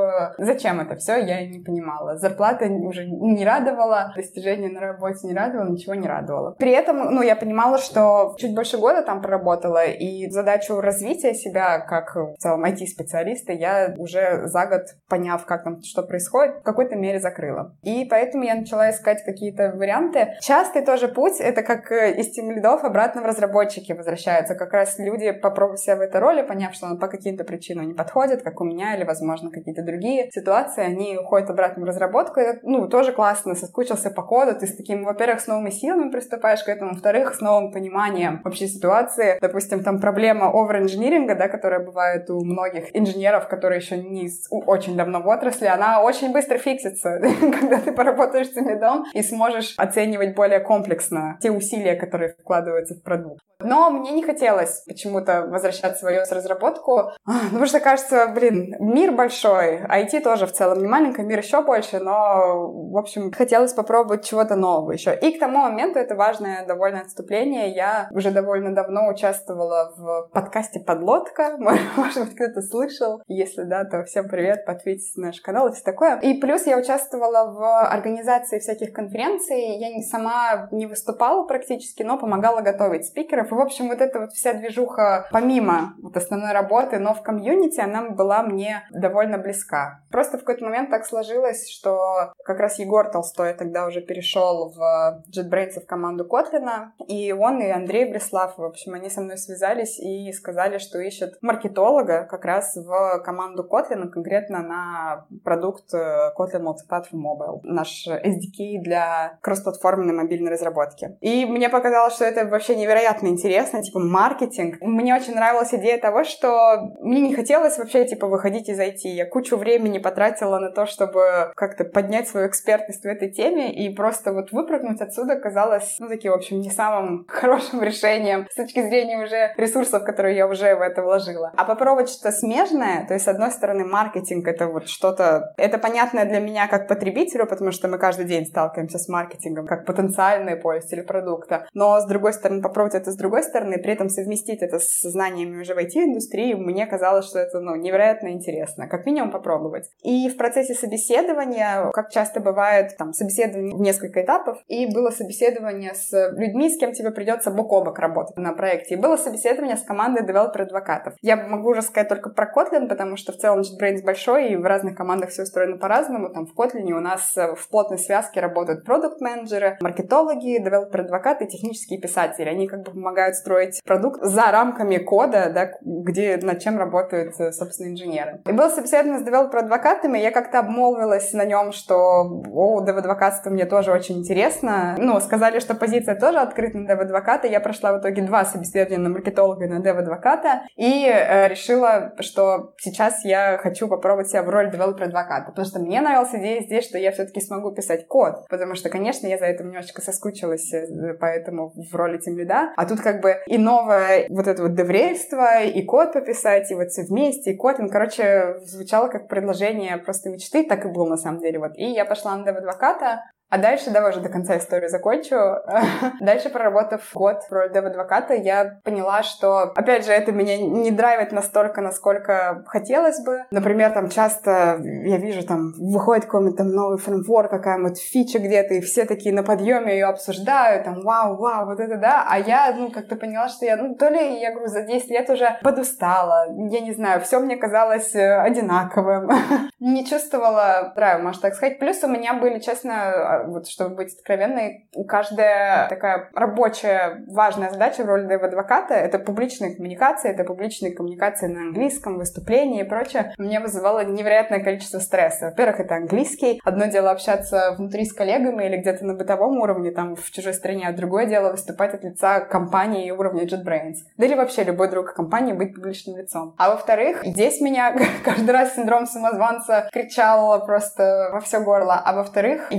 зачем это все, я не понимала. Зарплата уже не радовала, достижения на работе не радовало, ничего не радовало. При этом, ну, я понимала, что чуть больше года там проработала, и задачу развития себя как в целом ай ти-специалиста я уже за год, поняв, как там что происходит, в какой-то мере закрыла. И поэтому я начала искать какие-то варианты. Частый тоже путь — это как из тимлидов обратно в разработчики возвращаются. Как раз люди, попробовав себя в этой роли, поняв, что он по каким-то причинам не подходит, как у меня, или, возможно, какие-то другие ситуации, они уходят обратно в разработку. И, ну, тоже классно, соскучился по коду, ты с таким, во-первых, с новыми силами приступаешь к этому, во-вторых, с новым пониманием вообще ситуации. Допустим, там проблема овер-инжиниринга, да, которая бывает у многих инженеров, которые еще не очень давно в отрасли, она очень быстро фиксится, когда ты поработаешь с тимлидом и сможешь оценивать более комплексно те усилия, которые вкладываются в продукт. Но мне не хотелось почему-то возвращаться в iOS-разработку, потому что, кажется, блин, мир большой, ай ти тоже в целом не маленький, мир еще больше, но, в общем, хотелось попробовать чего-то нового еще. И к тому моменту, это важное довольно отступление, я уже довольно давно участвовала в подкасте «Подлодка», может быть, кто-то слышал, если да, то всем привет, подписывайтесь на наш канал и все такое. И плюс я участвовала в организации всяких конференций, я не, сама не выступала практически, но помогала готовить спикеров. И, в общем, вот эта вот вся движуха, помимо вот основной работы, но в комьюнити, она была мне довольно близка. Просто в какой-то момент так сложилось, что как раз Егор Толстой тогда уже перешел в JetBrains в команду Котлина, и он, и Андрей Бреслав, в общем, они со мной связались и сказали, что ищут маркетолога как раз в команду Котлина, конкретно на продукт Kotlin Multiplatform Mobile, наш эс ди кей для кроссплатформенной мобильной разработки. И мне показалось, что это вообще невероятно интересно, типа маркетинг. Мне очень нравилась идея того, что мне не хотелось вообще, типа, выходить из ай ти. Я кучу времени потратила на то, чтобы как-то поднять свою экспертность в этой теме, и просто вот выпрыгнуть отсюда казалось, ну, таким, в общем, не самым хорошим решением с точки зрения уже ресурсов, которые я уже в это вложила. А попробовать что-то смежное, то есть, с одной стороны, маркетинг — это вот что-то, это понятное для меня как потребителю, потому что мы каждый день сталкиваемся с маркетингом, как потенциальные пользователи продукта. Но, с другой стороны, попробовать это с другой стороны, при этом совместить это с знаниями уже в ай ти-индустрии, мне казалось, что это, ну, невероятно интересно. Как минимум попробовать. И в процессе собеседования, как часто бывает, там, собеседование в несколько этапов, и было собеседование с людьми, с кем тебе придется бок о бок работать на проекте. И было собеседование с командой девелопер-адвокатов. Я могу уже сказать только про Kotlin, потому что в целом JetBrains большой, и в разных командах все устроено по-разному. Там в Kotlin у нас в плотной связке работают продукт-менеджеры, маркетологи, девелопер-адвокаты, технические писатели. Они как бы помогают строить продукт за рамками кода, да, где, над чем работают, собственно, инженеры. И было собеседование с девелопер-адвокатами, я как-то обмолвилась на нем, что о, дев-адвокатство мне тоже очень интересно. Ну, сказали, что позиция тоже открыта на дев-адвоката. Я прошла в итоге два собеседования на маркетолога и на дев-адвоката, и э, решила, что сейчас я хочу попробовать себя в роли девелопер-адвоката, потому что мне нравилась идея здесь, что я все-таки смогу писать код, потому что, конечно, я за это немножечко соскучилась, поэтому в роли тимлида, а тут как бы и новое вот это вот деврельство, и код пописать, и вот все вместе, и Kotlin, короче, звучало как предложение просто мечты, так и было на самом деле, вот, и я пошла на дев-адвоката. А дальше, давай уже до конца историю закончу. Дальше, проработав год в роли дев-адвоката, я поняла, что, опять же, это меня не драйвит настолько, насколько хотелось бы. Например, там часто я вижу, там, выходит какой-нибудь там новый фреймворк, какая-нибудь фича где-то, и все такие на подъеме ее обсуждают, там, вау, вау, вот это да. А я, ну, как-то поняла, что я, ну, то ли, я говорю, за десять лет уже подустала, я не знаю, все мне казалось одинаковым. Не чувствовала драйва, можно так сказать. Плюс у меня были, честно, вот, чтобы быть откровенной, каждая такая рабочая важная задача в роли дев-адвоката — это публичная коммуникация, это публичная коммуникация на английском, выступления и прочее. Мне вызывало невероятное количество стресса. Во-первых, это английский. Одно дело общаться внутри с коллегами или где-то на бытовом уровне, там, в чужой стране, а другое дело выступать от лица компании уровня JetBrains. Да или вообще любой друг компании быть публичным лицом. А во-вторых, здесь меня каждый раз синдром самозванца кричал просто во все горло. А во-вторых, я чувствую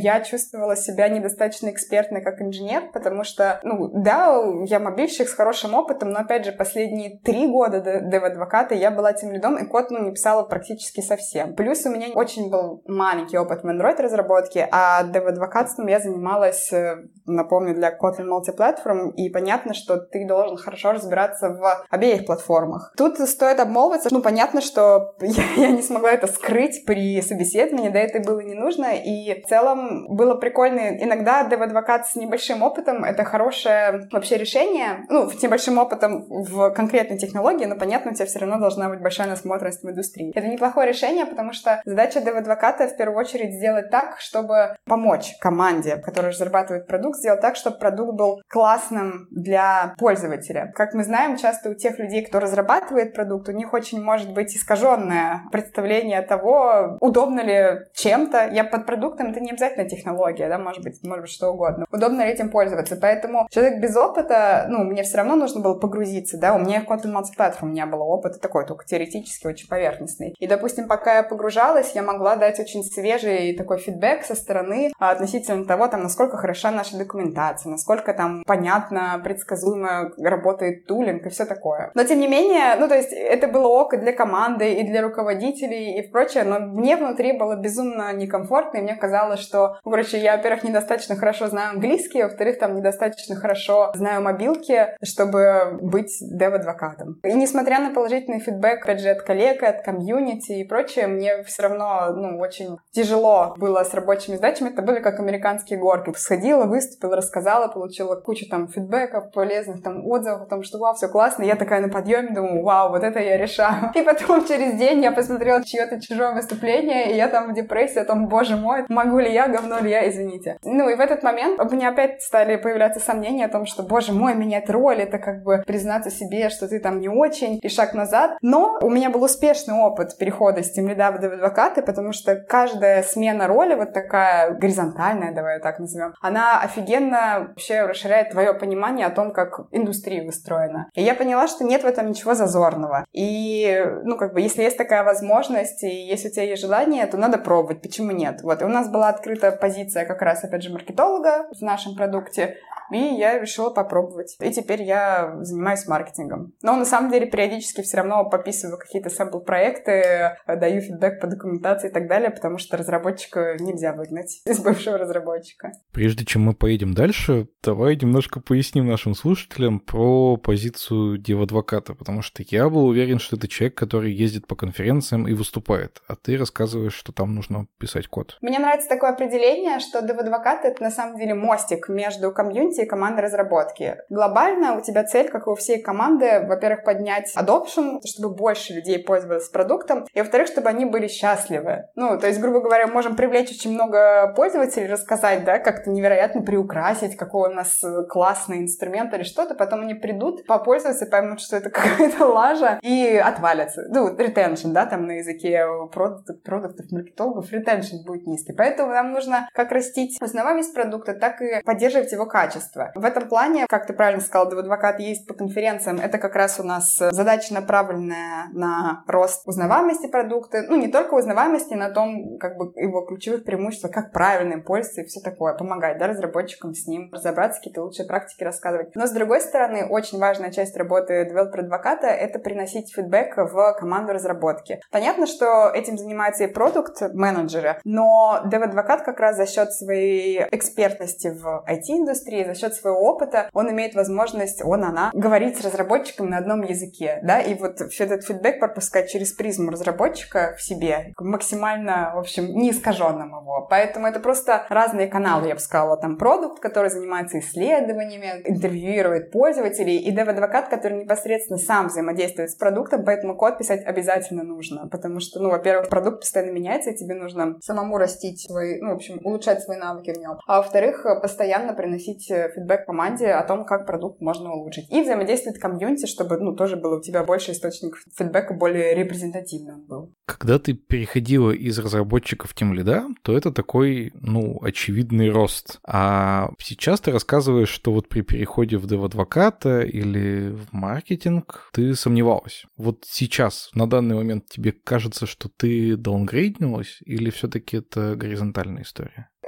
чувствовала себя недостаточно экспертной как инженер, потому что, ну, да, я мобильщик с хорошим опытом, но, опять же, последние три года Dev-адвоката я была тимлидом, и код, ну, не писала практически совсем. Плюс у меня очень был маленький опыт в Android-разработке, а Dev-адвокатством я занималась, напомню, для Kotlin Multiplatform, и понятно, что ты должен хорошо разбираться в обеих платформах. Тут стоит обмолвиться, ну, понятно, что я, я не смогла это скрыть при собеседовании, да, это было не нужно, и в целом было прикольно. Иногда Dev-адвокат с небольшим опытом — это хорошее вообще решение, ну, с небольшим опытом в конкретной технологии, но, понятно, у тебя все равно должна быть большая насмотренность в индустрии. Это неплохое решение, потому что задача Dev-адвоката в первую очередь сделать так, чтобы помочь команде, которая разрабатывает продукт, сделать так, чтобы продукт был классным для пользователя. Как мы знаем, часто у тех людей, кто разрабатывает продукт, у них очень может быть искаженное представление того, удобно ли чем-то. Я под продуктом, это не обязательно технология, да, может быть, может быть что угодно. Удобно ли этим пользоваться. Поэтому человек без опыта, ну, мне все равно нужно было погрузиться, да, у меня в Kotlin Multiplatform не было опыта такой, только теоретически очень поверхностный. И, допустим, пока я погружалась, я могла дать очень свежий такой фидбэк со стороны относительно того, там, насколько хороша наша документация, насколько там понятно, предсказуемо работает тулинг и все такое. Но, тем не менее, ну, то есть это было ок и для команды, и для руководителей, и прочее, но мне внутри было безумно некомфортно, и мне казалось, что, ну, короче, я, во-первых, недостаточно хорошо знаю английский, во-вторых, там, недостаточно хорошо знаю мобилки, чтобы быть dev-адвокатом. И несмотря на положительный фидбэк, опять же, от коллег, от комьюнити и прочее, мне все равно, ну, очень тяжело было с рабочими задачами. Это были как американские горки. Сходила, выступила, рассказала, получила кучу там фидбэков, полезных там отзывов о том, что вау, все классно. И я такая на подъеме думаю, вау, вот это я решаю. И потом через день я посмотрела чье-то чужое выступление, и я там в депрессии о том, боже мой, могу ли я, говно ли я, извините. Ну и в этот момент у меня опять стали появляться сомнения о том, что, боже мой, менять роль, это как бы признаться себе, что ты там не очень, и шаг назад. Но у меня был успешный опыт перехода с тимлида в dev-адвоката, потому что каждая смена роли, вот такая горизонтальная, давай ее так назовем, она офигенно вообще расширяет твое понимание о том, как индустрия устроена. И я поняла, что нет в этом ничего зазорного. И, ну, как бы, если есть такая возможность, и если у тебя есть желание, то надо пробовать. Почему нет? Вот, и у нас была открыта позиция как раз, опять же, маркетолога в нашем продукте, и я решила попробовать. И теперь я занимаюсь маркетингом. Но на самом деле периодически все равно пописываю какие-то сэмпл-проекты, даю фидбэк по документации и так далее, потому что разработчика нельзя выгнать из бывшего разработчика. Прежде чем мы поедем дальше, давай немножко поясним нашим слушателям про позицию dev-адвоката, потому что я был уверен, что это человек, который ездит по конференциям и выступает, а ты рассказываешь, что там нужно писать код. Мне нравится такое определение, что dev-адвокат — это на самом деле мостик между комьюнити и командой разработки. Глобально у тебя цель, как и у всей команды, во-первых, поднять adoption, чтобы больше людей пользовались продуктом, и, во-вторых, чтобы они были счастливы. Ну, то есть, грубо говоря, мы можем привлечь очень много пользователей, рассказать, да, как-то невероятно приукрасить, какой у нас классный инструмент или что-то, потом они придут, попользуются, поймут, что это какая-то лажа, и отвалятся. Ну, retention, да, там на языке продуктов, продуктов маркетологов, retention будет низкий. Поэтому нам нужно как растить узнаваемость продукта, так и поддерживать его качество. В этом плане, как ты правильно сказал, dev-адвокат есть по конференциям. Это как раз у нас задача, направленная на рост узнаваемости продукта. Ну, не только узнаваемости, на том, как бы, его ключевых преимуществ, как правильно им пользоваться и все такое. Помогать, да, разработчикам с ним разобраться, какие-то лучшие практики рассказывать. Но, с другой стороны, очень важная часть работы девелопер-адвоката — это приносить фидбэк в команду разработки. Понятно, что этим занимаются и продукт-менеджеры, но dev-адвокат как раз за счет своей экспертности в ай ти-индустрии, за счет своего опыта, он имеет возможность, он, она, говорить с разработчиком на одном языке, да, и вот все этот фидбэк пропускать через призму разработчика в себе, максимально, в общем, не искаженным его. Поэтому это просто разные каналы, я бы сказала, там продукт, который занимается исследованиями, интервьюирует пользователей, и dev-адвокат, который непосредственно сам взаимодействует с продуктом, поэтому код писать обязательно нужно, потому что, ну, во-первых, продукт постоянно меняется, и тебе нужно самому растить свои, ну, в общем, улучшать свои навыки в нем, а во-вторых, постоянно приносить фидбэк команде о том, как продукт можно улучшить. И взаимодействовать с комьюнити, чтобы, ну, тоже было у тебя больше источников фидбэка, более репрезентативным был. Когда ты переходила из разработчиков в тимлида, то это такой, ну, очевидный рост. А сейчас ты рассказываешь, что вот при переходе в dev-адвоката или в маркетинг ты сомневалась. Вот сейчас, на данный момент, тебе кажется, что ты даунгрейднулась, или все-таки это горизонтальная история?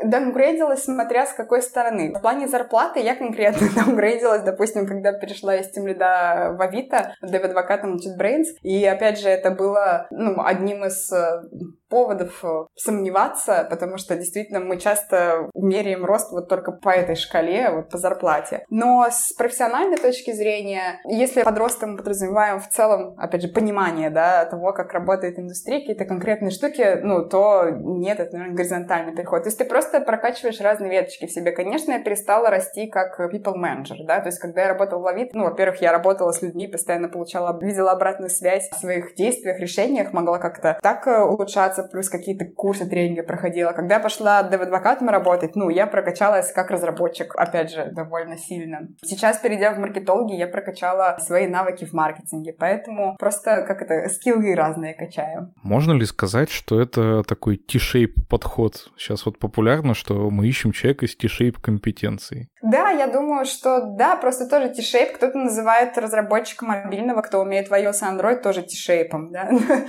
даунгрейдилась, смотря с какой стороны. В плане зарплаты я конкретно даунгрейдилась, допустим, когда перешла из тимлида в Авито, dev-адвокатом JetBrains, и опять же это было ну, одним из поводов сомневаться, потому что действительно мы часто меряем рост вот только по этой шкале, вот по зарплате. Но с профессиональной точки зрения, если под ростом мы подразумеваем в целом, опять же, понимание, да, того, как работает индустрия, какие-то конкретные штуки, ну, то нет, это, наверное, горизонтальный переход. То есть ты просто прокачиваешь разные веточки в себе. Конечно, я перестала расти как people manager, да, то есть когда я работала в Авито, ну, во-первых, я работала с людьми, постоянно получала, видела обратную связь в своих действиях, решениях, могла как-то так улучшаться, плюс какие-то курсы, тренинги проходила. Когда я пошла dev-адвокатом работать, ну, я прокачалась как разработчик, опять же, довольно сильно. Сейчас, перейдя в маркетологи, я прокачала свои навыки в маркетинге, поэтому просто, как это, скиллы разные качаю. Можно ли сказать, что это такой T-shape подход? Сейчас вот популярно, что мы ищем человека с T-shape компетенцией. Да, я думаю, что да, просто тоже T-shape. Кто-то называет разработчика мобильного, кто умеет в iOS и Android, тоже T-shape, да.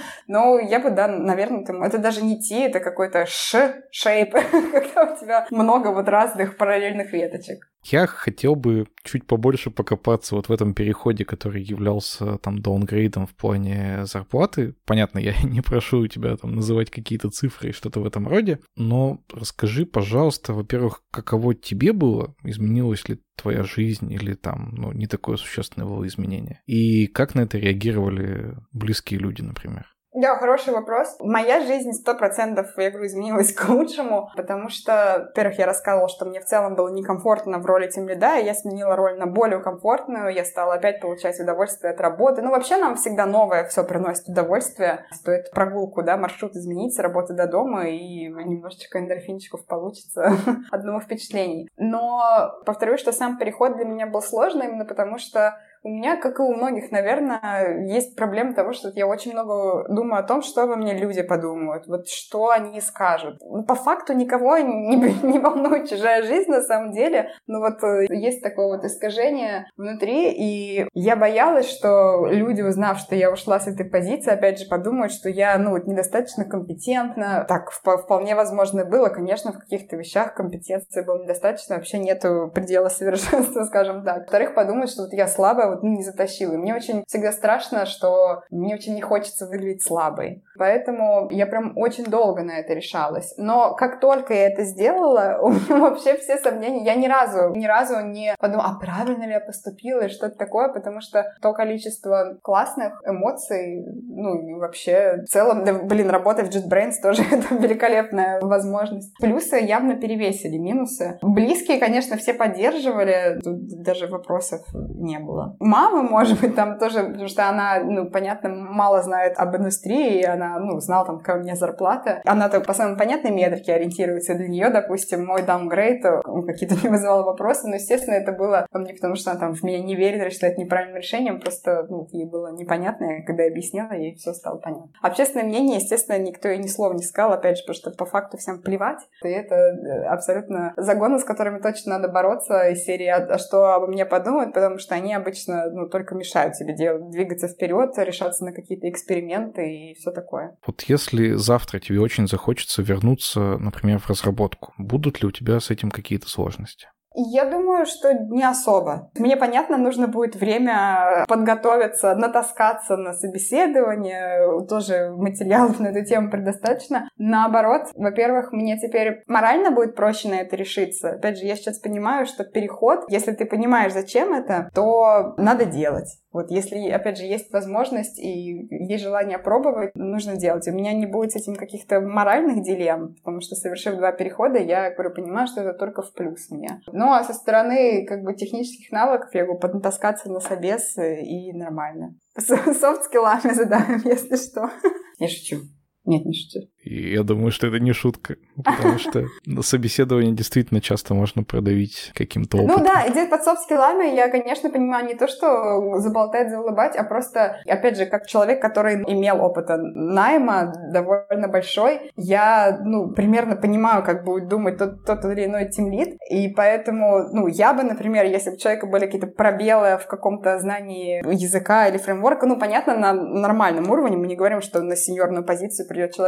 Но я бы, да, наверное, это даже не T, это какой-то Sh-shape, когда у тебя много вот разных параллельных веточек. Я хотел бы чуть побольше покопаться вот в этом переходе, который являлся там даунгрейдом в плане зарплаты. Понятно, я не прошу у тебя там называть какие-то цифры и что-то в этом роде, но расскажи, пожалуйста, во-первых, каково тебе было, изменилась ли твоя жизнь или там, ну, не такое существенное было изменение, и как на это реагировали близкие люди, например? Да, хороший вопрос. Моя жизнь сто процентов, я говорю, изменилась к лучшему, потому что, во-первых, я рассказывала, что мне в целом было некомфортно в роли тимлида, и я сменила роль на более комфортную, я стала опять получать удовольствие от работы. Ну, вообще нам всегда новое все приносит удовольствие. Стоит прогулку, да, маршрут изменить с работы до дома, и немножечко эндорфинчиков получится от новых впечатлений. Но повторюсь, что сам переход для меня был сложный, именно потому что у меня, как и у многих, наверное, есть проблема того, что я очень много думаю о том, что обо мне люди подумают, вот что они скажут. Ну, по факту никого не, не волнует чужая жизнь на самом деле, но вот есть такое вот искажение внутри, и я боялась, что люди, узнав, что я ушла с этой позиции, опять же подумают, что я, ну, вот недостаточно компетентна. Так, вполне возможно было, конечно, в каких-то вещах компетенции было недостаточно, вообще нету предела совершенства, скажем так. Во-вторых, подумают, что вот я слабая, ну, не затащила. И мне очень всегда страшно, что мне очень не хочется выглядеть слабой. Поэтому я прям очень долго на это решалась. Но как только я это сделала, у меня вообще все сомнения. Я ни разу, ни разу не подумала, а правильно ли я поступила или что-то такое, потому что то количество классных эмоций, ну, и вообще в целом, да, блин, работать в JetBrains тоже это великолепная возможность. Плюсы явно перевесили минусы. Близкие, конечно, все поддерживали, тут даже вопросов не было. Мама, может быть, там тоже, потому что она, ну, понятно, мало знает об индустрии, и она, ну, знала там, какая у меня зарплата. Она только по самой понятной метрике ориентируется. Для нее, допустим, мой даунгрейд какие-то не вызывал вопросы, но, естественно, это было не потому, что она там в меня не верит или считает неправильным решением, просто, ну, ей было непонятно, и когда я объяснила, ей все стало понятно. Общественное мнение, естественно, никто и ни слова не сказал, опять же, потому что по факту всем плевать, и это абсолютно загоны, с которыми точно надо бороться из серии «А что обо мне подумают?», потому что они обычно, ну, только мешают тебе делать, двигаться вперед, решаться на какие-то эксперименты и все такое. Вот если завтра тебе очень захочется вернуться, например, в разработку, будут ли у тебя с этим какие-то сложности? Я думаю, что не особо. Мне, понятно, нужно будет время подготовиться, натаскаться на собеседование. Тоже материалов на эту тему предостаточно. Наоборот, во-первых, мне теперь морально будет проще на это решиться. Опять же, я сейчас понимаю, что переход, если ты понимаешь, зачем это, то надо делать. Вот если, опять же, есть возможность и есть желание пробовать, нужно делать. У меня не будет с этим каких-то моральных дилемм, потому что, совершив два перехода, я, говорю, понимаю, что это только в плюс мне. Ну, а со стороны, как бы, технических навыков я могу поднатаскаться на собес, и нормально. Софт-скиллами задаем, если что. Я шучу. Нет, не шучу. И я думаю, что это не шутка, потому что на собеседовании действительно часто можно продавить каким-то опытом. Ну да, идея под софт-скиллами, я, конечно, понимаю не то, что заболтать, заулыбать, а просто, опять же, как человек, который имел опыт найма довольно большой, я, ну, примерно понимаю, как будет думать тот, тот или иной тимлид, и поэтому, ну, я бы, например, если бы у человека были какие-то пробелы в каком-то знании языка или фреймворка, ну, понятно, на нормальном уровне, мы не говорим, что на сеньорную позицию придет человек без опыта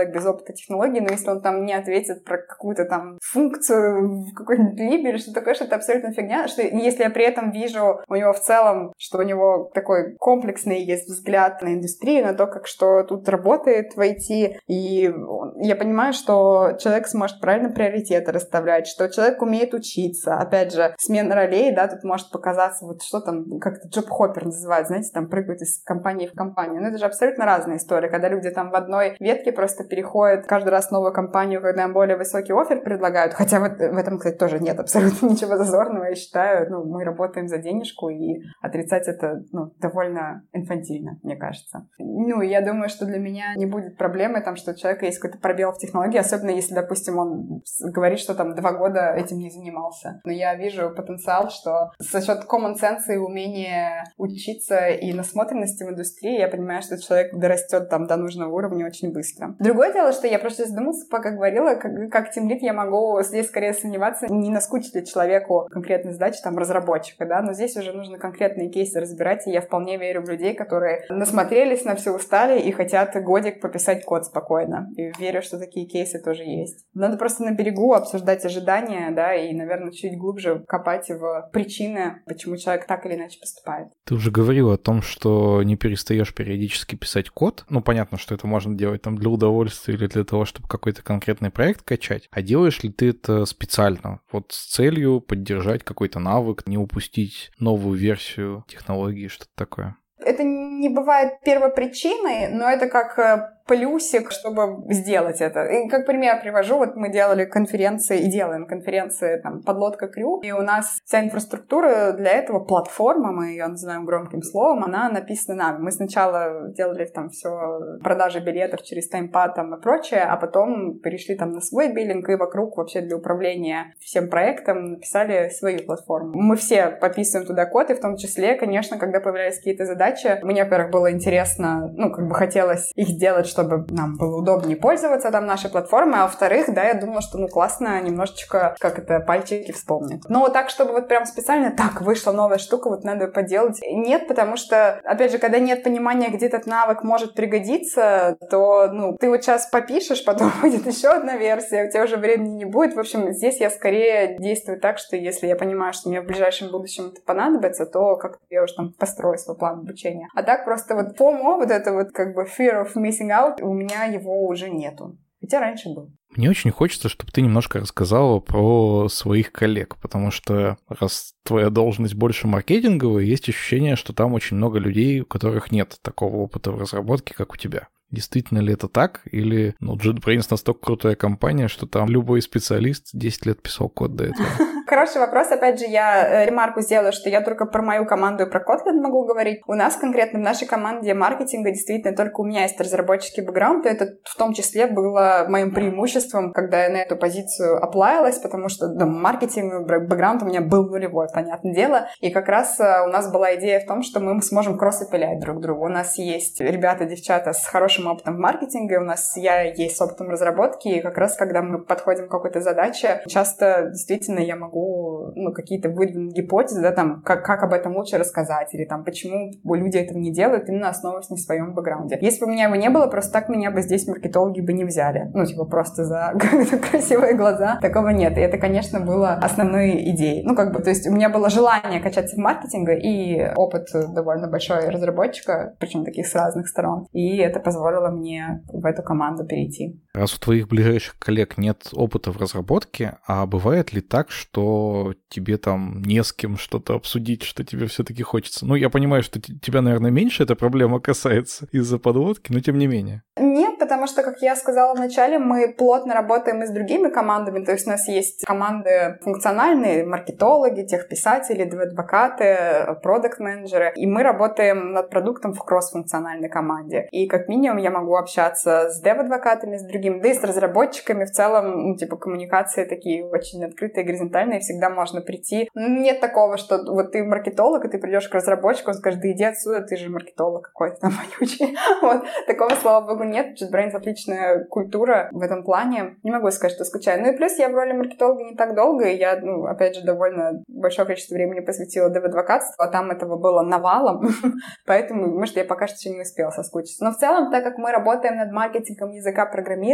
какой-то технологии, но если он там не ответит про какую-то там функцию в какой-нибудь либе или что-то такое, что это абсолютно фигня, что если я при этом вижу у него в целом, что у него такой комплексный есть взгляд на индустрию, на то, как что тут работает в ай ти, и я понимаю, что человек сможет правильно приоритеты расставлять, что человек умеет учиться. Опять же, смена ролей, да, тут может показаться, вот что там, как-то джоб-хоппер называют, знаете, там прыгают из компании в компанию. Но это же абсолютно разная история, когда люди там в одной ветке просто переходят каждый раз в новую компанию, когда им более высокий оффер предлагают, хотя в, в этом, кстати, тоже нет абсолютно ничего зазорного, я считаю, ну, мы работаем за денежку, и отрицать это, ну, довольно инфантильно, мне кажется. Ну, я думаю, что для меня не будет проблемы, там, что у человека есть какой-то пробел в технологии, особенно если, допустим, он говорит, что там два года этим не занимался. Но я вижу потенциал, что за счет common sense и умения учиться и насмотренности в индустрии, я понимаю, что человек дорастет там до нужного уровня очень быстро. Другое дело, что я просто задумалась, пока говорила, как, как тимлид я могу здесь скорее сомневаться, не наскучит ли человеку конкретной задачи там разработчика, да, но здесь уже нужно конкретные кейсы разбирать, и я вполне верю в людей, которые насмотрелись на все, устали и хотят годик пописать код спокойно. И верю, что такие кейсы тоже есть. Надо просто на берегу обсуждать ожидания, да, и, наверное, чуть глубже копать в причины, почему человек так или иначе поступает. Ты уже говорил о том, что не перестаешь периодически писать код. Ну, понятно, что это можно делать там для удовольствия или для того, чтобы какой-то конкретный проект качать. А делаешь ли ты это специально? Вот с целью поддержать какой-то навык, не упустить новую версию технологии, что-то такое? Это не бывает первопричиной, но это как плюсик, чтобы сделать это. И как пример привожу, вот мы делали конференции и делаем конференции там подлодка Крю, и у нас вся инфраструктура для этого, платформа, мы ее называем громким словом, она написана нами. Мы сначала делали там все продажи билетов через таймпад там и прочее, а потом перешли там на свой биллинг и вокруг вообще для управления всем проектом написали свою платформу. Мы все подписываем туда код, и в том числе, конечно, когда появлялись какие-то задачи, мне, во-первых, было интересно, ну, как бы хотелось их сделать, чтобы нам было удобнее пользоваться там нашей платформой, а во-вторых, да, я думала, что, ну, классно немножечко, как это, пальчики вспомнить. Но так, чтобы вот прям специально, так, вышла новая штука, вот надо поделать. Нет, потому что, опять же, когда нет понимания, где этот навык может пригодиться, то, ну, ты вот сейчас попишешь, потом будет еще одна версия, у тебя уже времени не будет. В общем, здесь я скорее действую так, что если я понимаю, что мне в ближайшем будущем это понадобится, то как-то я уже там построю свой план обучения. А так просто вот фомо, вот это вот как бы fear of missing out, у меня его уже нету. Хотя раньше был. Мне очень хочется, чтобы ты немножко рассказала про своих коллег, потому что раз твоя должность больше маркетинговая, есть ощущение, что там очень много людей, у которых нет такого опыта в разработке, как у тебя. Действительно ли это так? Или ну, JetBrains настолько крутая компания, что там любой специалист десять лет писал код до этого? Хороший вопрос. Опять же, я ремарку сделаю, что я только про мою команду и про Kotlin могу говорить. У нас конкретно в нашей команде маркетинга действительно только у меня есть разработческий бэкграунд, и это в том числе было моим преимуществом, когда я на эту позицию оплавилась, потому что да, маркетинговый бэкграунд у меня был нулевой, понятное дело. И как раз у нас была идея в том, что мы сможем кросс-апелять друг другу. У нас есть ребята, девчата с хорошим опытом в маркетинге, у нас я есть с опытом разработки, и как раз когда мы подходим к какой-то задаче, часто действительно я могу ну, какие-то выдвинуть гипотезы, да, там, как, как об этом лучше рассказать, или там, почему люди этого не делают, именно основываясь на своем бэкграунде. Если бы у меня его не было, просто так меня бы здесь маркетологи бы не взяли. Ну, типа, просто за красивые глаза. Такого нет. И это, конечно, было основной идеей. Ну, как бы, то есть у меня было желание качаться в маркетинге и опыт довольно большой разработчика, причем таких с разных сторон. И это позволило мне в эту команду перейти. Раз у твоих ближайших коллег нет опыта в разработке, а бывает ли так, что тебе там не с кем что-то обсудить, что тебе все-таки хочется? Ну, я понимаю, что тебя, наверное, меньше эта проблема касается из-за подводки, но тем не менее. Нет, потому что, как я сказала вначале, мы плотно работаем и с другими командами, то есть у нас есть команды функциональные, маркетологи, техписатели, адвокаты, продакт-менеджеры, и мы работаем над продуктом в кросс-функциональной команде. И как минимум я могу общаться с дев-адвокатами, с другими, да и с разработчиками в целом, ну, типа, коммуникации такие очень открытые, горизонтальные, всегда можно прийти. Нет такого, что вот ты маркетолог, и ты придешь к разработчику, он скажет, да иди отсюда, ты же маркетолог какой-то там вонючий. Вот. Такого, слава богу, нет. JetBrains отличная культура в этом плане. Не могу сказать, что скучаю. Ну и плюс я в роли маркетолога не так долго, и я, ну, опять же, довольно большое количество времени посвятила дев-адвокатству, а там этого было навалом, поэтому, может, я пока что еще не успела соскучиться. Но в целом, так как мы работаем над маркетингом языка программирования,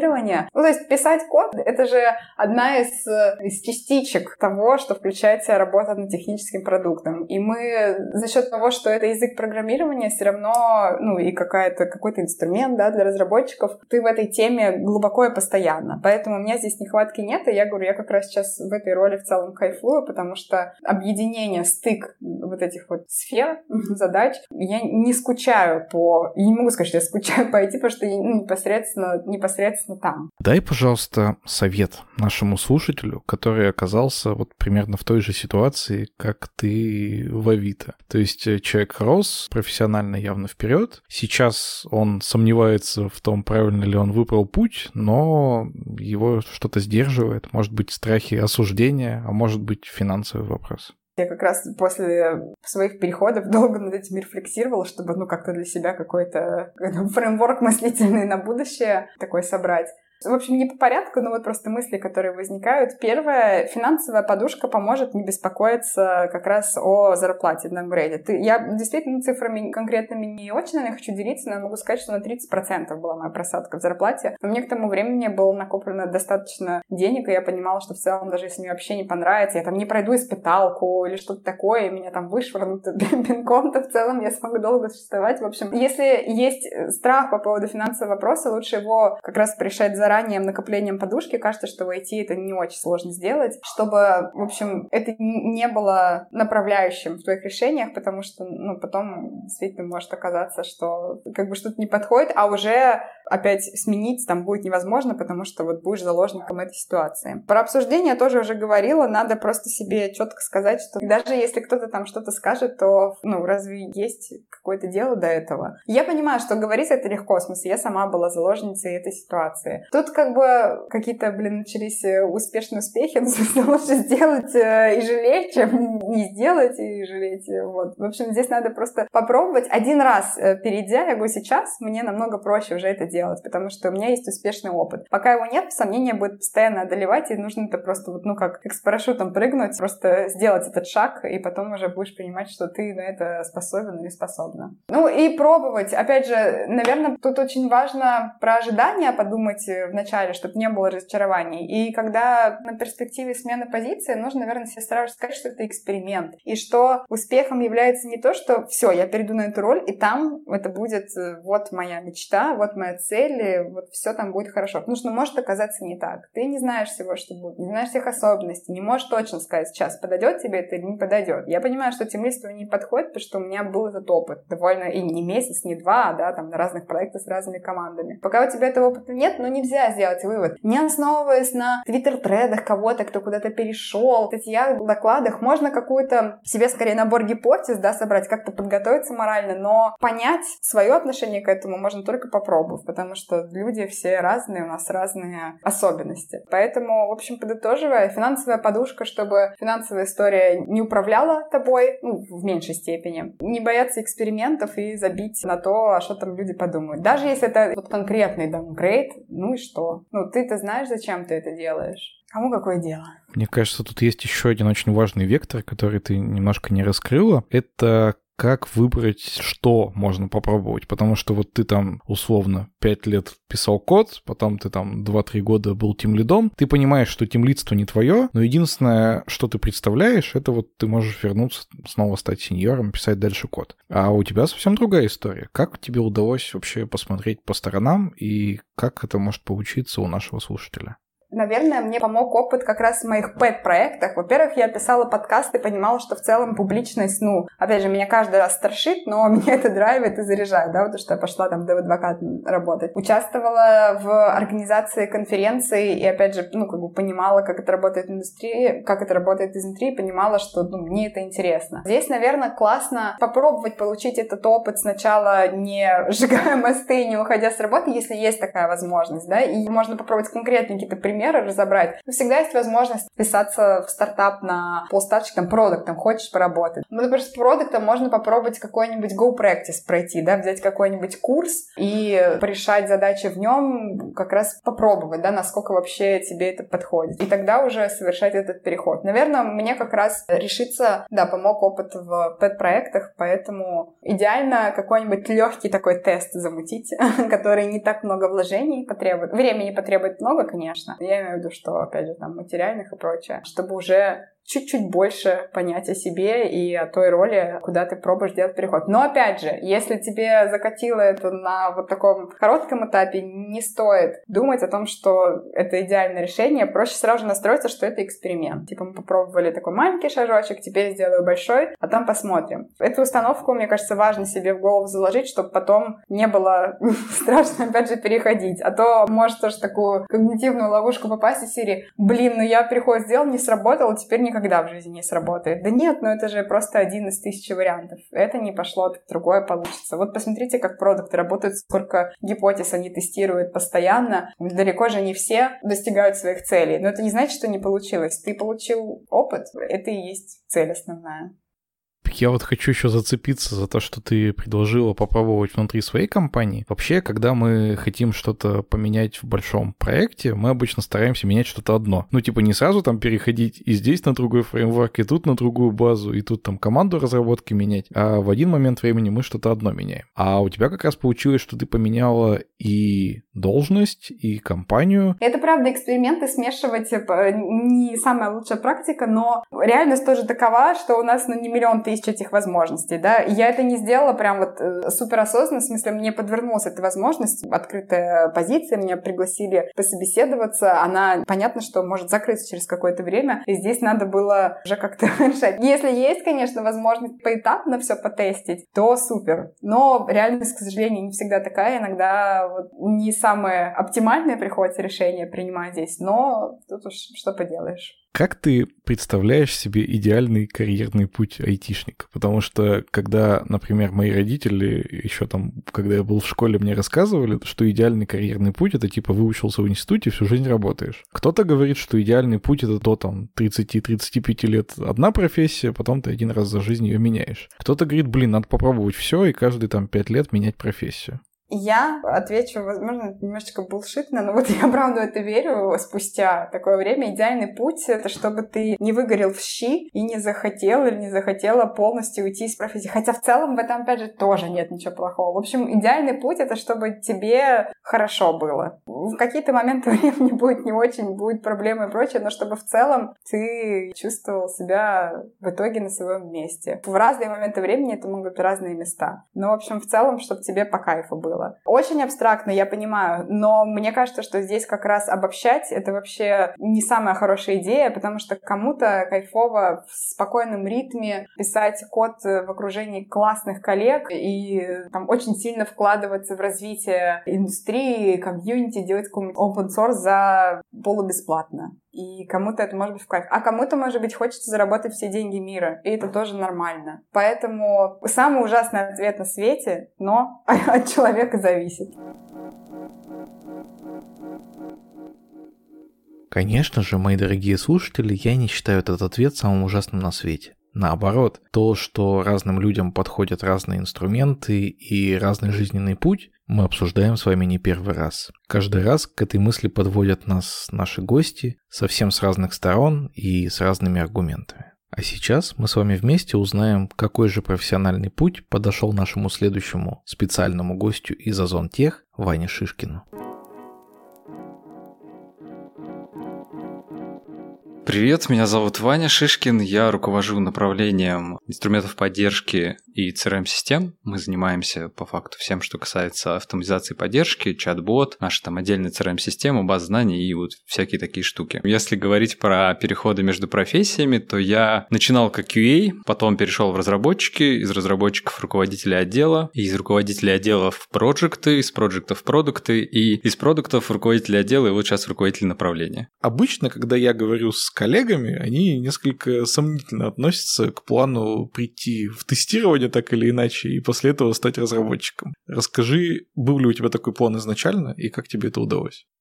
программирования. Ну, то есть писать код — это же одна из, из частичек того, что включает в себя работа над техническим продуктом. И мы за счет того, что это язык программирования, все равно, ну, и какая-то, какой-то инструмент, да, для разработчиков, ты в этой теме глубоко и постоянно. Поэтому у меня здесь нехватки нет, и я говорю, я как раз сейчас в этой роли в целом кайфую, потому что объединение, стык вот этих вот сфер, задач, я не скучаю по... Я не могу сказать, что я скучаю по ай ти, потому что я ну, непосредственно, непосредственно там. Дай, пожалуйста, совет нашему слушателю, который оказался вот примерно в той же ситуации, как ты в Авито. То есть человек рос профессионально явно вперед. Сейчас он сомневается в том, правильно ли он выбрал путь, но его что-то сдерживает. Может быть, страхи осуждения, а может быть, финансовый вопрос. Я как раз после своих переходов долго над этим рефлексировала, чтобы, ну, как-то для себя какой-то фреймворк мыслительный на будущее такой собрать. В общем, не по порядку, но вот просто мысли, которые возникают. Первое, финансовая подушка поможет не беспокоиться как раз о зарплате на апгрейде. Я действительно цифрами конкретными не очень, наверное, хочу делиться, но я могу сказать, что на тридцать процентов была моя просадка в зарплате. Но мне к тому времени было накоплено достаточно денег, и я понимала, что в целом, даже если мне вообще не понравится, я там не пройду испыталку или что-то такое, и меня там вышвырнут пинком, то в целом я смогу долго существовать. В общем, если есть страх по поводу финансового вопроса, лучше его как раз решать заранее, ранним накоплением подушки. Кажется, что в ай ти это не очень сложно сделать, чтобы, в общем, это не было направляющим в твоих решениях, потому что, ну, потом действительно может оказаться, что как бы что-то не подходит, а уже опять сменить там будет невозможно, потому что вот будешь заложником этой ситуации. Про обсуждение я тоже уже говорила, надо просто себе четко сказать, что даже если кто-то там что-то скажет, то, ну, разве есть какое-то дело до этого? Я понимаю, что говорить это легко, в смысле, я сама была заложницей этой ситуации. Тут как бы какие-то, блин, начались успешные успехи, но лучше сделать и жалеть, чем не сделать и жалеть. Вот. В общем, здесь надо просто попробовать. Один раз перейдя, я говорю, сейчас мне намного проще уже это делать, потому что у меня есть успешный опыт. Пока его нет, сомнения будет постоянно одолевать, и нужно это просто вот, ну, как, как с парашютом прыгнуть, просто сделать этот шаг, и потом уже будешь понимать, что ты на это способен или способна. Ну, и пробовать. Опять же, наверное, тут очень важно про ожидания подумать в начале, чтобы не было разочарований. И когда на перспективе смены позиции, нужно, наверное, себе сразу сказать, что это эксперимент. И что успехом является не то, что все, я перейду на эту роль, и там это будет вот моя мечта, вот моя цель, вот все там будет хорошо. Потому что может оказаться не так. Ты не знаешь всего, что будет, не знаешь всех особенностей, не можешь точно сказать сейчас, подойдет тебе это или не подойдет. Я понимаю, что тимлисту не подходит, потому что у меня был этот опыт. Довольно и не месяц, не два, да, там на разных проектах с разными командами. Пока у тебя этого опыта нет, но нельзя сделать вывод. Не основываясь на твиттер-тредах кого-то, кто куда-то перешел, статьях, докладах, можно какую-то себе скорее набор гипотез, да, собрать, как-то подготовиться морально, но понять свое отношение к этому можно только попробовав, потому что люди все разные, у нас разные особенности. Поэтому, в общем, подытоживая, финансовая подушка, чтобы финансовая история не управляла тобой, ну, в меньшей степени, не бояться экспериментов и забить на то, а что там люди подумают. Даже если это вот конкретный даунгрейд, ну и что? Ну, ты-то знаешь, зачем ты это делаешь. Кому какое дело? Мне кажется, тут есть еще один очень важный вектор, который ты немножко не раскрыла. Это как выбрать, что можно попробовать. Потому что вот ты там условно пять лет писал код, потом ты там два-три года был тимлидом. Ты понимаешь, что тимлидство не твое, но единственное, что ты представляешь, это вот ты можешь вернуться, снова стать сеньором, писать дальше код. А у тебя совсем другая история. Как тебе удалось вообще посмотреть по сторонам и как это может получиться у нашего слушателя? Наверное, мне помог опыт как раз в моих пэт-проектах. Во-первых, я писала подкасты и понимала, что в целом публичность, ну, опять же, меня каждый раз страшит, но меня это драйвит и заряжает, да, потому что я пошла там dev-адвокатом работать. Участвовала в организации конференций и, опять же, ну, как бы понимала, как это работает в индустрии, как это работает изнутри, и понимала, что, ну, мне это интересно. Здесь, наверное, классно попробовать получить этот опыт сначала, не сжигая мосты, не уходя с работы, если есть такая возможность, да, и можно попробовать конкретные какие-то примеры примеры разобрать. Но всегда есть возможность вписаться в стартап на полставочки, там, продуктом, хочешь поработать. Ну, например, с продуктом можно попробовать какой-нибудь Go Practice пройти, да, взять какой-нибудь курс и порешать задачи в нем, как раз попробовать, да, насколько вообще тебе это подходит. И тогда уже совершать этот переход. Наверное, мне как раз решиться, да, помог опыт в пэт-проектах, поэтому идеально какой-нибудь легкий такой тест замутить, который не так много вложений потребует. Времени потребует много, конечно. Я имею в виду, что, опять же, там, материальных и прочее, чтобы уже чуть-чуть больше понять о себе и о той роли, куда ты пробуешь делать переход. Но, опять же, если тебе закатило это на вот таком коротком этапе, не стоит думать о том, что это идеальное решение. Проще сразу же настроиться, что это эксперимент. Типа мы попробовали такой маленький шажочек, теперь сделаю большой, а там посмотрим. Эту установку, мне кажется, важно себе в голову заложить, чтобы потом не было страшно, опять же, переходить. А то может тоже такую когнитивную ловушку попасть из серии: блин, ну я переход сделал, не сработал, теперь никогда в жизни не сработает. Да нет, ну это же просто один из тысячи вариантов. Это не пошло, так другое получится. Вот посмотрите, как продукты работают, сколько гипотез они тестируют постоянно. Далеко же не все достигают своих целей. Но это не значит, что не получилось. Ты получил опыт, это и есть цель основная. Я вот хочу еще зацепиться за то, что ты предложила попробовать внутри своей компании. Вообще, когда мы хотим что-то поменять в большом проекте, мы обычно стараемся менять что-то одно. Ну, типа не сразу там переходить и здесь на другой фреймворк, и тут на другую базу, и тут там команду разработки менять, а в один момент времени мы что-то одно меняем. А у тебя как раз получилось, что ты поменяла и должность, и компанию. Это, правда, эксперименты смешивать не самая лучшая практика, но реальность тоже такова, что у нас ну, не миллион тысяч этих возможностей, да, и я это не сделала прям вот э, суперосознанно, в смысле, мне подвернулась эта возможность, открытая позиция, меня пригласили пособеседоваться, она, понятно, что может закрыться через какое-то время, и здесь надо было уже как-то решать. Если есть, конечно, возможность поэтапно все потестить, то супер, но реальность, к сожалению, не всегда такая, иногда вот, не самое оптимальное приходится решение принимать здесь, но тут уж что поделаешь. Как ты представляешь себе идеальный карьерный путь айтишника? Потому что, когда, например, мои родители еще там, когда я был в школе, мне рассказывали, что идеальный карьерный путь — это типа выучился в институте, всю жизнь работаешь. Кто-то говорит, что идеальный путь — это до там тридцати-тридцати пяти лет одна профессия, потом ты один раз за жизнь ее меняешь. Кто-то говорит, блин, надо попробовать все и каждые там пять лет менять профессию. Я отвечу, возможно, немножечко булшитно, но вот я правда в это верю спустя такое время. Идеальный путь — это чтобы ты не выгорел в щи и не захотел или не захотела полностью уйти из профессии. Хотя в целом в этом, опять же, тоже нет ничего плохого. В общем, идеальный путь — это чтобы тебе хорошо было. В какие-то моменты времени будет не очень, будут проблемы и прочее, но чтобы в целом ты чувствовал себя в итоге на своем месте. В разные моменты времени это могут быть разные места. Но, в общем, в целом, чтобы тебе по кайфу было. Очень абстрактно, я понимаю, но мне кажется, что здесь как раз обобщать — это вообще не самая хорошая идея, потому что кому-то кайфово в спокойном ритме писать код в окружении классных коллег и там очень сильно вкладываться в развитие индустрии, комьюнити, делать какой-нибудь open source за полубесплатно. И кому-то это может быть в кайф. А кому-то, может быть, хочется заработать все деньги мира. И это тоже нормально. Поэтому самый ужасный ответ на свете, но от человека зависит. Конечно же, мои дорогие слушатели, я не считаю этот ответ самым ужасным на свете. Наоборот, то, что разным людям подходят разные инструменты и разный жизненный путь, мы обсуждаем с вами не первый раз. Каждый раз к этой мысли подводят нас наши гости совсем с разных сторон и с разными аргументами. А сейчас мы с вами вместе узнаем, какой же профессиональный путь подошел нашему следующему специальному гостю из Озон-Тех Ване Шишкину. Привет, меня зовут Ваня Шишкин, я руковожу направлением инструментов поддержки и си ар эм-систем. Мы занимаемся по факту всем, что касается автоматизации поддержки, чат-бот, наши там отдельные си ар эм-системы, базы знаний и вот всякие такие штуки. Если говорить про переходы между профессиями, то я начинал как кью эй, потом перешел в разработчики, из разработчиков в руководителя отдела, из руководителя отдела в проекты, из проектов в продукты и из продуктов в руководителя отдела и вот сейчас руководитель направления. Обычно, когда я говорю с коллегами, они несколько сомнительно относятся к плану прийти в тестирование так или иначе и после этого стать разработчиком. Расскажи, был ли у тебя такой план изначально и как тебе это удалось?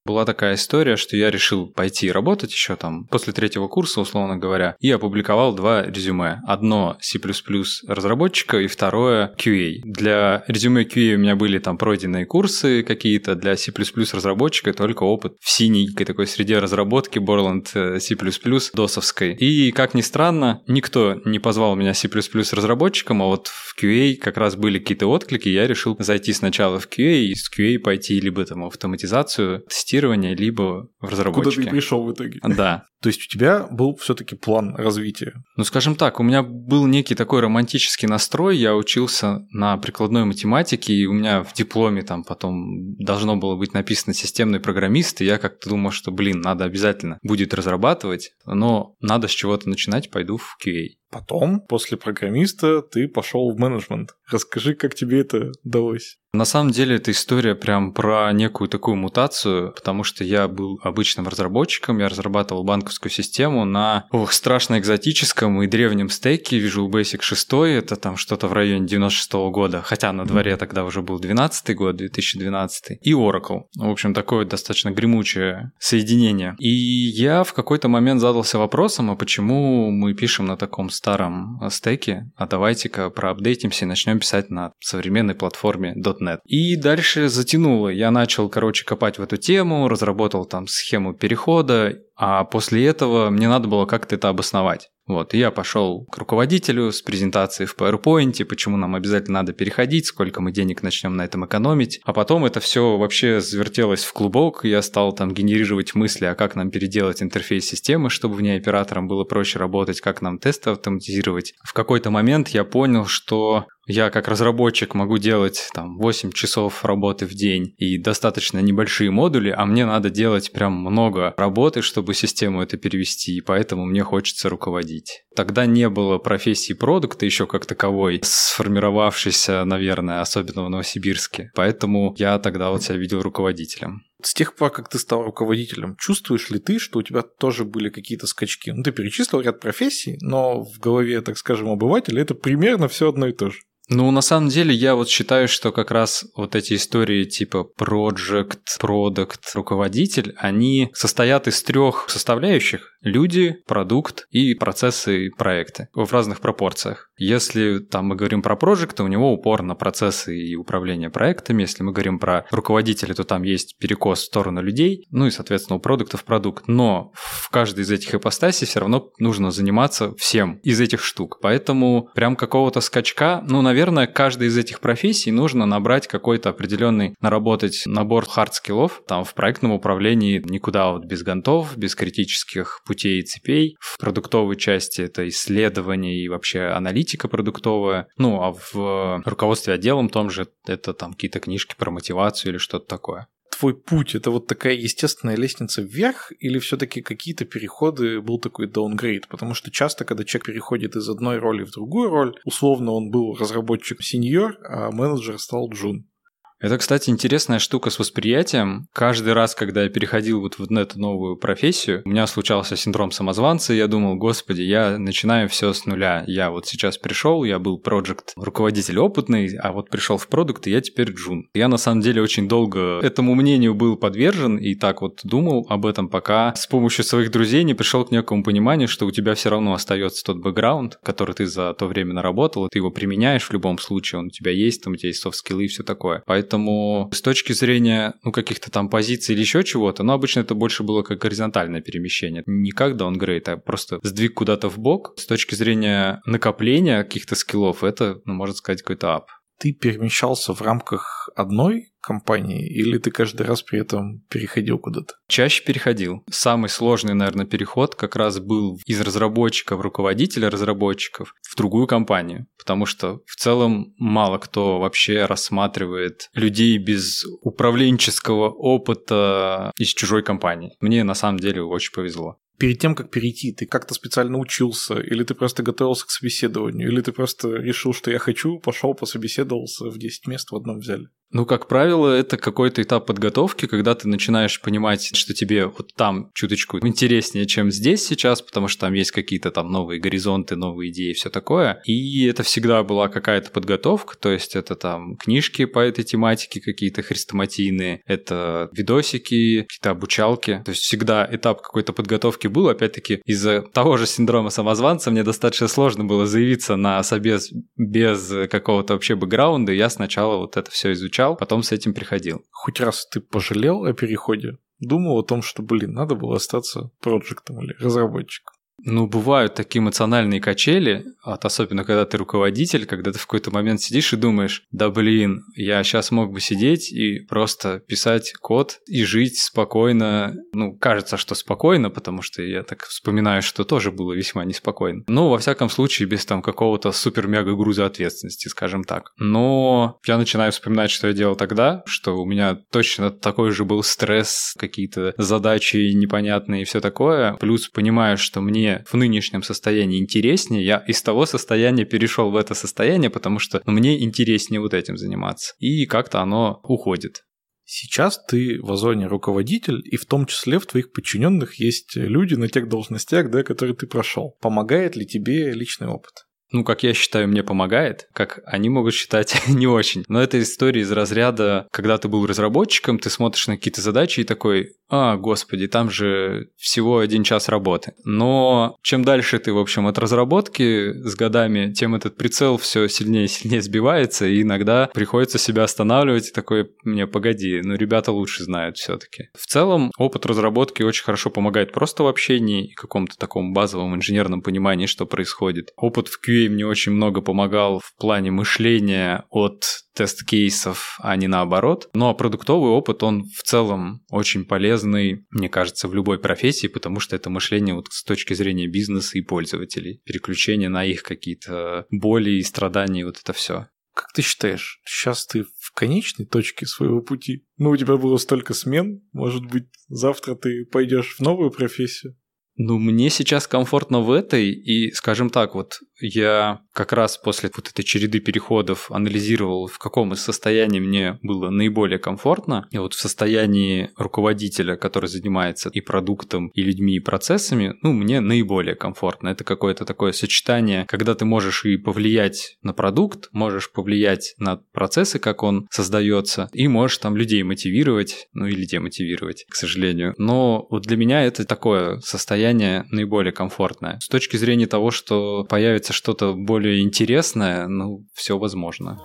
Была такая история, что я решил пойти работать еще там после третьего курса, условно говоря, и опубликовал два резюме. Одно C++ разработчика и второе кью эй. Для резюме кью эй у меня были там пройденные курсы какие-то, для C++ разработчика только опыт в синенькой такой среде разработки Borland C++ досовской. И, как ни странно, никто не позвал меня C++ разработчиком, а вот в кью эй как раз были какие-то отклики, я решил зайти сначала в кью эй и с кью эй пойти либо там автоматизацию, тестирование, либо в разработчике. Куда ты пришел в итоге. Да. То есть у тебя был все-таки план развития? Ну, скажем так, у меня был некий такой романтический настрой, я учился на прикладной математике, и у меня в дипломе там потом должно было быть написано «системный программист», и я как-то думал, что, блин, надо обязательно будет разрабатывать, но надо с чего-то начинать, пойду в кью эй. Потом, после программиста, ты пошел в менеджмент. Расскажи, как тебе это удалось? На самом деле, эта история прям про некую такую мутацию, потому что я был обычным разработчиком, я разрабатывал банковскую систему на ох, страшно экзотическом и древнем стеке Visual Basic шесть, это там что-то в районе девяносто шестого года, хотя на дворе тогда уже был двенадцатый год, две тысячи двенадцатый, и Oracle. В общем, такое достаточно гремучее соединение. И я в какой-то момент задался вопросом, а почему мы пишем на таком старом стеке, а давайте-ка проапдейтимся и начнем писать на современной платформе .дот нет. И дальше затянуло. Я начал, короче, копать в эту тему, разработал там схему перехода, а после этого мне надо было как-то это обосновать. Вот, и я пошел к руководителю с презентацией в PowerPoint, почему нам обязательно надо переходить, сколько мы денег начнем на этом экономить. А потом это все вообще завертелось в клубок, и я стал там генерировать мысли, а как нам переделать интерфейс системы, чтобы в ней операторам было проще работать, как нам тесты автоматизировать. В какой-то момент я понял, что я как разработчик могу делать там восемь часов работы в день и достаточно небольшие модули, а мне надо делать прям много работы, чтобы систему это перевести, и поэтому мне хочется руководить. Тогда не было профессии продукта еще как таковой, сформировавшейся, наверное, особенно в Новосибирске. Поэтому я тогда вот себя видел руководителем. С тех пор, как ты стал руководителем, чувствуешь ли ты, что у тебя тоже были какие-то скачки? Ну, ты перечислил ряд профессий, но в голове, так скажем, обывателя это примерно все одно и то же. Ну, на самом деле, я вот считаю, что как раз вот эти истории типа project, product, руководитель, они состоят из трех составляющих: люди, продукт и процессы и проекты в разных пропорциях. Если там мы говорим про project, то у него упор на процессы и управление проектами. Если мы говорим про руководителя, то там есть перекос в сторону людей, ну и, соответственно, у продуктов продукт. Но в каждой из этих ипостасей все равно нужно заниматься всем из этих штук. Поэтому прям какого-то скачка, ну, наверное, Наверное, каждой из этих профессий нужно набрать какой-то определенный, наработать набор хард-скиллов. Там в проектном управлении никуда вот без гантов, без критических путей и цепей. В продуктовой части это исследование и вообще аналитика продуктовая. Ну, а в руководстве отделом том же это там какие-то книжки про мотивацию или что-то такое. Твой путь – это вот такая естественная лестница вверх, или все-таки какие-то переходы был такой даунгрейд? Потому что часто, когда человек переходит из одной роли в другую роль, условно он был разработчик-сеньор, а менеджер стал джун. Это, кстати, интересная штука с восприятием. Каждый раз, когда я переходил вот в эту новую профессию, у меня случался синдром самозванца, и я думал, господи, я начинаю все с нуля. Я вот сейчас пришел, я был проект руководитель опытный, а вот пришел в продукт, и я теперь джун. Я на самом деле очень долго этому мнению был подвержен, и так вот думал об этом, пока с помощью своих друзей не пришел к некому пониманию, что у тебя все равно остается тот бэкграунд, который ты за то время наработал, и ты его применяешь в любом случае, он у тебя есть, там у тебя есть софт-скиллы и все такое. Поэтому Поэтому с точки зрения ну, каких-то там позиций или еще чего-то, но обычно это больше было как горизонтальное перемещение. Не как даунгрейд, а просто сдвиг куда-то в бок. С точки зрения накопления каких-то скиллов, это, ну, можно сказать, какой-то ап. Ты перемещался в рамках одной компании или ты каждый раз при этом переходил куда-то? Чаще переходил. Самый сложный, наверное, переход как раз был из разработчика в руководителя разработчиков в другую компанию, потому что в целом мало кто вообще рассматривает людей без управленческого опыта из чужой компании. Мне на самом деле очень повезло. Перед тем, как перейти, ты как-то специально учился, или ты просто готовился к собеседованию, или ты просто решил, что я хочу, пошел, пособеседовался, в десять мест в одном взяли? Ну, как правило, это какой-то этап подготовки, когда ты начинаешь понимать, что тебе вот там чуточку интереснее, чем здесь сейчас, потому что там есть какие-то там новые горизонты, новые идеи и все такое. И это всегда была какая-то подготовка, то есть это там книжки по этой тематике какие-то хрестоматийные, это видосики, какие-то обучалки. То есть всегда этап какой-то подготовки был. Опять-таки, из-за того же синдрома самозванца мне достаточно сложно было заявиться на собес без какого-то вообще бэкграунда. Я сначала вот это все изучал, потом с этим приходил. Хоть раз ты пожалел о переходе? Думал о том, что, блин, надо было остаться проектом или разработчиком? Ну, бывают такие эмоциональные качели, от, особенно когда ты руководитель, когда ты в какой-то момент сидишь и думаешь, да блин, я сейчас мог бы сидеть и просто писать код и жить спокойно. Ну, кажется, что спокойно, потому что я так вспоминаю, что тоже было весьма неспокойно. Но, во всяком случае, без там какого-то супер-мега-груза ответственности, скажем так. Но я начинаю вспоминать, что я делал тогда, что у меня точно такой же был стресс, какие-то задачи непонятные и все такое. Плюс понимаю, что мне в нынешнем состоянии интереснее, я из того состояния перешел в это состояние, потому что ну, мне интереснее вот этим заниматься. И как-то оно уходит. Сейчас ты в Озоне руководитель, и в том числе в твоих подчиненных есть люди на тех должностях, да, которые ты прошел. Помогает ли тебе личный опыт? Ну, как я считаю, мне помогает, как они могут считать, не очень. Но это история из разряда, когда ты был разработчиком, ты смотришь на какие-то задачи и такой, а, господи, там же всего один час работы. Но чем дальше ты, в общем, от разработки с годами, тем этот прицел все сильнее и сильнее сбивается, и иногда приходится себя останавливать и такой, мне, погоди, ну, ребята лучше знают все-таки. В целом, опыт разработки очень хорошо помогает просто в общении и каком-то таком базовом инженерном понимании, что происходит. Опыт в кью эй мне очень много помогал в плане мышления от тест-кейсов, а не наоборот. Ну а продуктовый опыт, он в целом очень полезный, мне кажется, в любой профессии, потому что это мышление вот с точки зрения бизнеса и пользователей. Переключение на их какие-то боли и страдания, вот это все. Как ты считаешь, сейчас ты в конечной точке своего пути? Ну, у тебя было столько смен, может быть, завтра ты пойдешь в новую профессию? Ну, мне сейчас комфортно в этой, и, скажем так, вот я как раз после вот этой череды переходов анализировал, в каком из состояний мне было наиболее комфортно. И вот в состоянии руководителя, который занимается и продуктом, и людьми, и процессами, ну, мне наиболее комфортно. Это какое-то такое сочетание, когда ты можешь и повлиять на продукт, можешь повлиять на процессы, как он создается, и можешь там людей мотивировать, ну, или демотивировать, к сожалению. Но вот для меня это такое состояние наиболее комфортное. С точки зрения того, что появится что-то более интересное, ну, все возможно.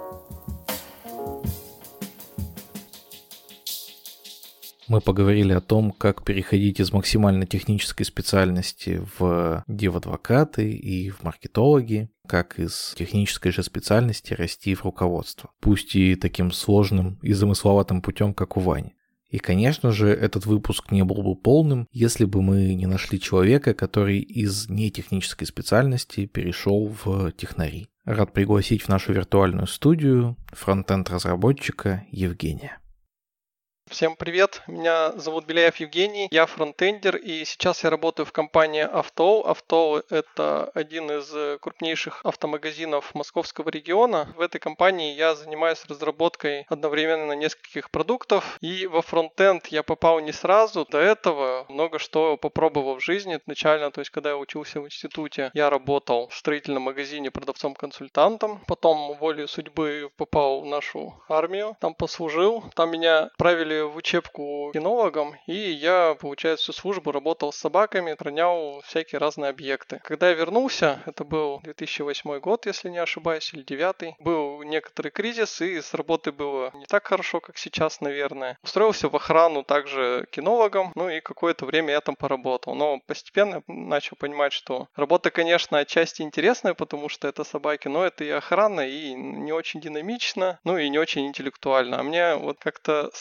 Мы поговорили о том, как переходить из максимально технической специальности в дев-адвокаты и в маркетологи, как из технической же специальности расти в руководство, пусть и таким сложным и замысловатым путем, как у Вани. И, конечно же, этот выпуск не был бы полным, если бы мы не нашли человека, который из нетехнической специальности перешел в технари. Рад пригласить в нашу виртуальную студию фронтенд-разработчика Евгения. Всем привет, меня зовут Беляев Евгений, я фронтендер, и сейчас я работаю в компании Автоу. Автоу — это один из крупнейших автомагазинов московского региона. В этой компании я занимаюсь разработкой одновременно нескольких продуктов, и во фронтенд я попал не сразу. До этого много что попробовал в жизни. Начально, то есть когда я учился в институте, я работал в строительном магазине продавцом-консультантом, потом волею судьбы попал в нашу армию, там послужил, там меня отправили в учебку кинологом, и я, получается, всю службу работал с собаками, охранял всякие разные объекты. Когда я вернулся, это был две тысячи восьмой год, если не ошибаюсь, или девятый, был некоторый кризис, и с работы было не так хорошо, как сейчас, наверное. Устроился в охрану также кинологом, ну и какое-то время я там поработал. Но постепенно начал понимать, что работа, конечно, отчасти интересная, потому что это собаки, но это и охрана, и не очень динамично, ну и не очень интеллектуально. А мне вот как-то с компьютером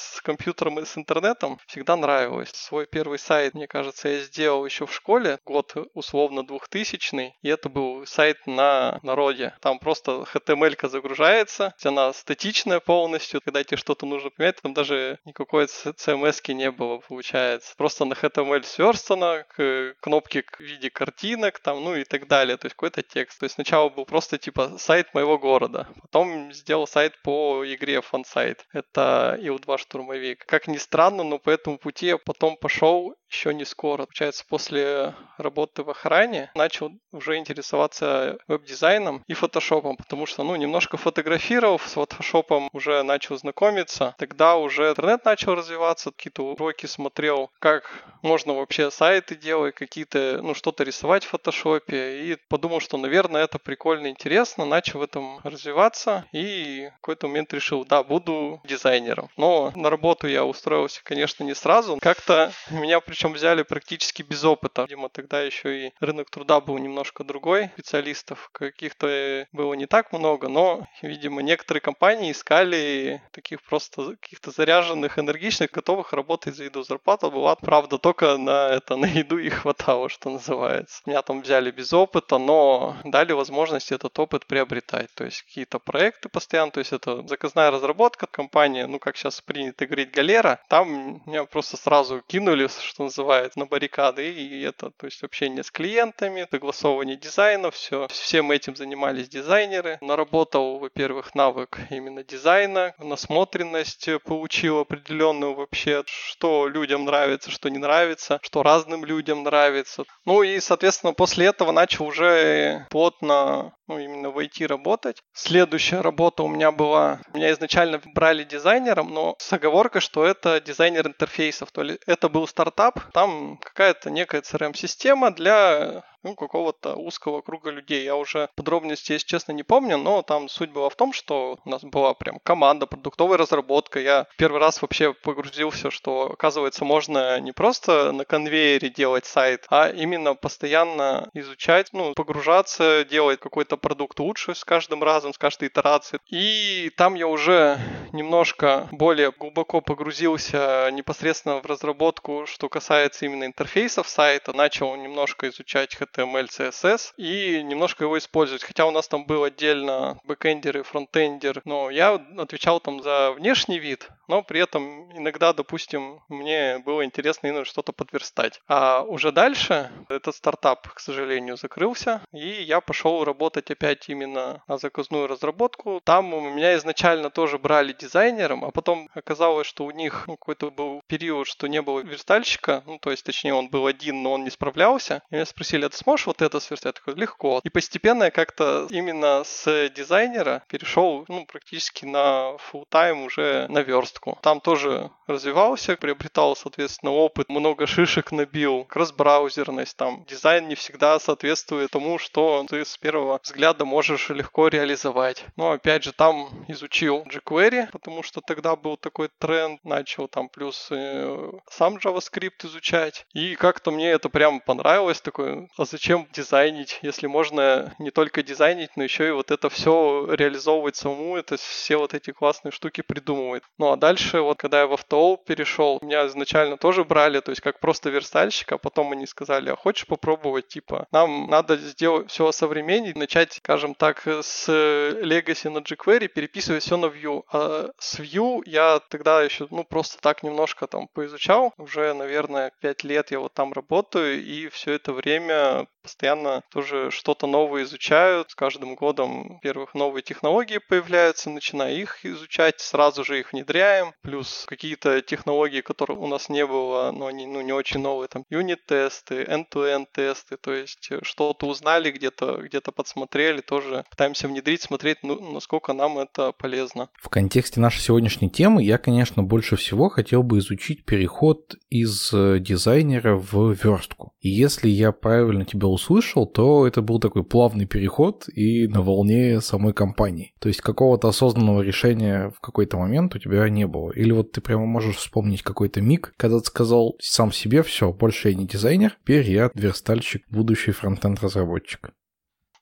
компьютером и с интернетом всегда нравилось. Свой первый сайт, мне кажется, я сделал еще в школе, год условно двухтысячный, и это был сайт на народе. Там просто эйч ти эм эль-ка загружается, она статичная полностью, когда тебе что-то нужно поменять, там даже никакой си эм эс-ки не было, получается. Просто на эйч ти эм эль сверстано, кнопки в виде картинок, там, ну и так далее, то есть какой-то текст. То есть сначала был просто типа сайт моего города, потом сделал сайт по игре фан-сайт. Это ил два штурмовик. Как ни странно, но по этому пути я потом пошел еще не скоро. Получается, после работы в охране начал уже интересоваться веб-дизайном и фотошопом, потому что, ну, немножко фотографировал, с фотошопом уже начал знакомиться. Тогда уже интернет начал развиваться, какие-то уроки смотрел, как можно вообще сайты делать, какие-то, ну, что-то рисовать в фотошопе, и подумал, что, наверное, это прикольно, интересно, начал в этом развиваться, и в какой-то момент решил, да, буду дизайнером. Но на работу я устроился, конечно, не сразу. Как-то меня, причем, взяли практически без опыта. Видимо, тогда еще и рынок труда был немножко другой. Специалистов каких-то было не так много, но, видимо, некоторые компании искали таких просто каких-то заряженных, энергичных, готовых работать за еду. Зарплата была, правда, только на это, на еду и хватало, что называется. Меня там взяли без опыта, но дали возможность этот опыт приобретать. То есть какие-то проекты постоянно, то есть это заказная разработка, компания, ну, как сейчас принято говорить, галера. Там меня просто сразу кинули, что называют, на баррикады, и это, то есть общение с клиентами, согласовывание дизайна, все. Всем этим занимались дизайнеры. Наработал, во-первых, навык именно дизайна, насмотренность получил определенную вообще, что людям нравится, что не нравится, что разным людям нравится. Ну и, соответственно, после этого начал уже плотно, ну, именно в ай ти работать. Следующая работа у меня была, меня изначально брали дизайнером, но с оговоркой, что это дизайнер интерфейсов, то есть это был стартап, там какая-то некая си ар эм-система для, ну, какого-то узкого круга людей. Я уже подробности, если честно, не помню, но там суть была в том, что у нас была прям команда, продуктовая разработка. Я первый раз вообще погрузился, что, оказывается, можно не просто на конвейере делать сайт, а именно постоянно изучать, ну, погружаться, делать какой-то продукт лучше с каждым разом, с каждой итерацией. И там я уже немножко более глубоко погрузился непосредственно в разработку, что касается именно интерфейсов сайта. Начал немножко изучать эйч ти эм эль, си эс эс и немножко его использовать. Хотя у нас там был отдельно бэкэндер и фронтендер, но я отвечал там за внешний вид, но при этом иногда, допустим, мне было интересно именно что-то подверстать. А уже дальше этот стартап, к сожалению, закрылся, и я пошел работать опять именно на заказную разработку. Там у меня изначально тоже брали дизайнером, а потом оказалось, что у них, ну, какой-то был период, что не было верстальщика, ну, то есть, точнее, он был один, но он не справлялся. И меня спросили, а ты сможешь вот это сверстать? Я такой, легко. И постепенно я как-то именно с дизайнера перешел, ну, практически на full-time уже на верстку. Там тоже развивался, приобретал, соответственно, опыт, много шишек набил, кросс-браузерность, там дизайн не всегда соответствует тому, что ты с первого взгляда можешь легко реализовать. Но опять же там изучил jQuery, потому что тогда был такой тренд, начал там плюс э, сам JavaScript изучать. И как-то мне это прям понравилось, такое, а зачем дизайнить, если можно не только дизайнить, но еще и вот это все реализовывать самому, это все вот эти классные штуки придумывать. Ну а дальше, вот когда я в Aftool перешел, меня изначально тоже брали, то есть как просто верстальщик, а потом они сказали, а хочешь попробовать, типа, нам надо сделать все современнее, начать, скажем так, с Legacy на jQuery, переписывать все на Vue. А с Vue я тогда еще, ну, просто так немножко там поизучал, уже, наверное, пять лет я вот там работаю, и все это время постоянно тоже что-то новое изучаю. С каждым годом, во-первых, новые технологии появляются, начинаю их изучать, сразу же их внедряем. Плюс какие-то технологии, которых у нас не было, но они, ну, не очень новые, там юнит-тесты, end-to-end тесты, то есть что-то узнали, где-то, где-то подсмотрели, тоже пытаемся внедрить, смотреть, ну, насколько нам это полезно. В контексте нашей сегодняшней темы я, конечно, больше всего хотел бы изучить переход из дизайнера в верстку. И если я правильно тебя услышал, то это был такой плавный переход и на волне самой компании. То есть какого-то осознанного решения в какой-то момент у тебя не было. Или вот ты прямо можешь вспомнить какой-то миг, когда ты сказал сам себе, все, больше я не дизайнер, теперь я верстальщик, будущий фронтенд-разработчик.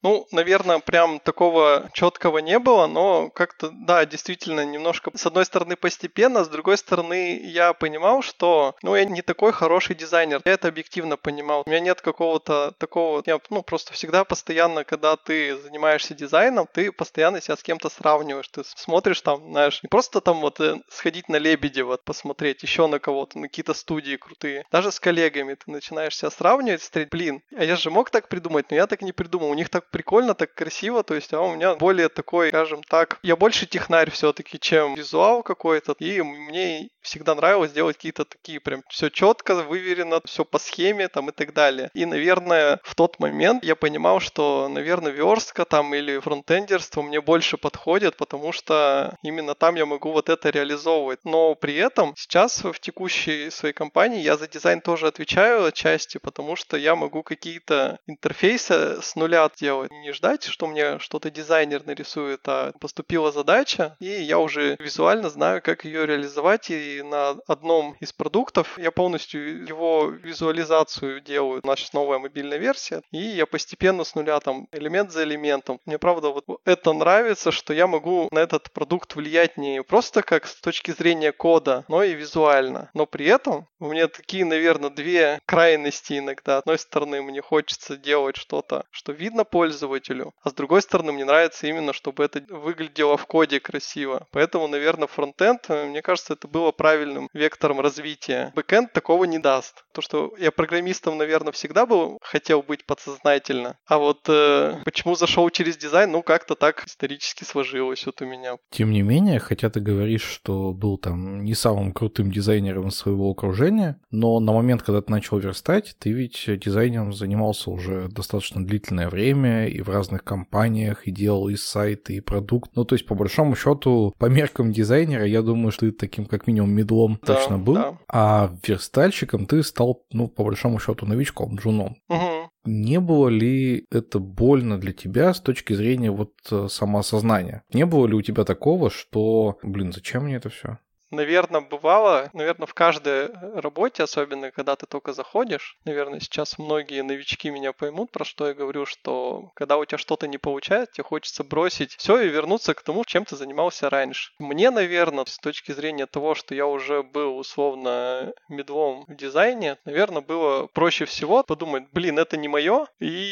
Ну, наверное, прям такого четкого не было, но как-то, да, действительно, немножко, с одной стороны, постепенно, с другой стороны, я понимал, что, ну, я не такой хороший дизайнер, я это объективно понимал. У меня нет какого-то такого, я, ну, просто всегда постоянно, когда ты занимаешься дизайном, ты постоянно себя с кем-то сравниваешь, ты смотришь там, знаешь, не просто там вот сходить на Лебедева, посмотреть еще на кого-то, на какие-то студии крутые, даже с коллегами ты начинаешь себя сравнивать, смотреть, блин, а я же мог так придумать, но я так не придумал, у них так прикольно, так красиво, то есть, а у меня более такой, скажем так, я больше технарь все-таки, чем визуал какой-то, и мне всегда нравилось делать какие-то такие прям все четко, выверено, все по схеме там и так далее. И, наверное, в тот момент я понимал, что, наверное, верстка там или фронтендерство мне больше подходит, потому что именно там я могу вот это реализовывать. Но при этом сейчас в текущей своей компании я за дизайн тоже отвечаю отчасти, потому что я могу какие-то интерфейсы с нуля делать. Не ждать, что мне что-то дизайнер нарисует, а поступила задача, и я уже визуально знаю, как ее реализовать, и на одном из продуктов я полностью его визуализацию делаю. У нас сейчас новая мобильная версия, и я постепенно с нуля там элемент за элементом. Мне правда вот это нравится, что я могу на этот продукт влиять не просто как с точки зрения кода, но и визуально. Но при этом у меня такие, наверное, две крайности иногда. С одной стороны, мне хочется делать что-то, что видно пользователю, а с другой стороны, мне нравится именно, чтобы это выглядело в коде красиво. Поэтому, наверное, фронтенд, мне кажется, это было правильным вектором развития. Бэкэнд такого не даст. То, что я программистом, наверное, всегда был, хотел быть подсознательно. А вот э, почему зашел через дизайн, ну, как-то так исторически сложилось вот у меня. Тем не менее, хотя ты говоришь, что был там не самым крутым дизайнером своего окружения, но на момент, когда ты начал верстать, ты ведь дизайнером занимался уже достаточно длительное время и в разных компаниях, и делал и сайты, и продукт. Ну, то есть, по большому счету, по меркам дизайнера, я думаю, что ты таким как минимум медлом да, точно был, да. А верстальщиком ты стал, ну, по большому счету, новичком, джуном. Угу. Не было ли это больно для тебя с точки зрения вот самоосознания? Не было ли у тебя такого, что, блин, зачем мне это все? Наверное, бывало, наверное, в каждой работе, особенно когда ты только заходишь, наверное, сейчас многие новички меня поймут, про что я говорю, что когда у тебя что-то не получается, тебе хочется бросить все и вернуться к тому, чем ты занимался раньше. Мне, наверное, с точки зрения того, что я уже был условно медлом в дизайне, наверное, было проще всего подумать, блин, это не мое,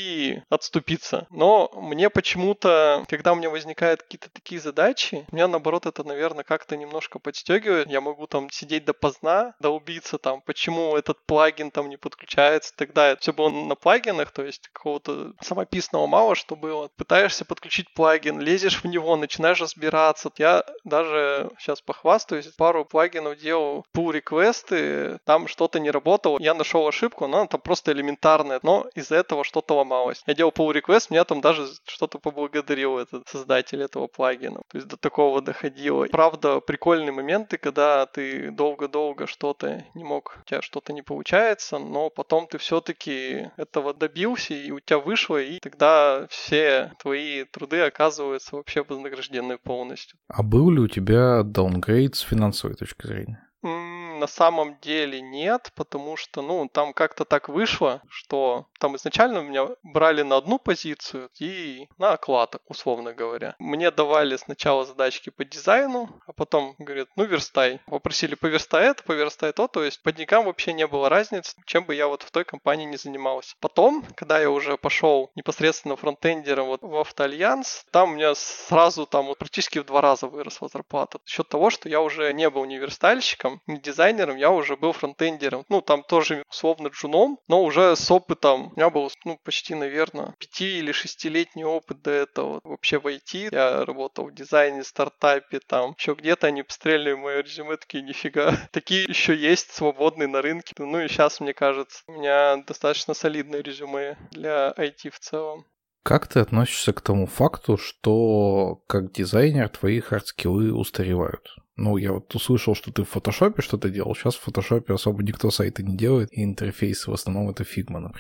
и отступиться. Но мне почему-то, когда у меня возникают какие-то такие задачи, меня, наоборот, это, наверное, как-то немножко подстегивает. Я могу там сидеть допоздна, доубиться там, почему этот плагин там не подключается. Тогда все было на плагинах, то есть какого-то самописного мало что было. Пытаешься подключить плагин, лезешь в него, начинаешь разбираться. Я даже сейчас похвастаюсь, пару плагинов делал pull реквесты, там что-то не работало. Я нашел ошибку, но она там просто элементарная, но из-за этого что-то ломалось. Я делал pull request, меня там даже что-то поблагодарил этот создатель этого плагина. То есть до такого доходило. Правда, прикольные моменты, когда ты долго-долго что-то не мог, у тебя что-то не получается, но потом ты все-таки этого добился, и у тебя вышло, и тогда все твои труды оказываются вообще вознаграждены полностью. А был ли у тебя даунгрейд с финансовой точки зрения? На самом деле нет, потому что, ну, там как-то так вышло, что там изначально меня брали на одну позицию и на оклад, условно говоря. Мне давали сначала задачки по дизайну, а потом говорят, ну, верстай. Попросили поверстай это, поверстай то, то есть по деньгам вообще не было разницы, чем бы я вот в той компании не занимался. Потом, когда я уже пошел непосредственно фронтендером вот в Автоальянс, там у меня сразу там вот практически в два раза выросла зарплата. За счет того, что я уже не был ни верстальщиком, ни дизайнером, я уже был фронтендером. Ну, там тоже условно джуном, но уже с опытом. У меня был, ну, почти, наверное, пяти- или шестилетний опыт до этого вообще в ай ти. Я работал в дизайне, стартапе, там, еще где-то они пострелили в мое резюме, такие, нифига. Такие еще есть свободные на рынке. Ну и сейчас, мне кажется, у меня достаточно солидное резюме для ай ти в целом. Как ты относишься к тому факту, что как дизайнер твои хардскиллы устаревают? Ну, я вот услышал, что ты в фотошопе что-то делал. Сейчас в фотошопе особо никто сайты не делает, и интерфейсы в основном это Figma, например.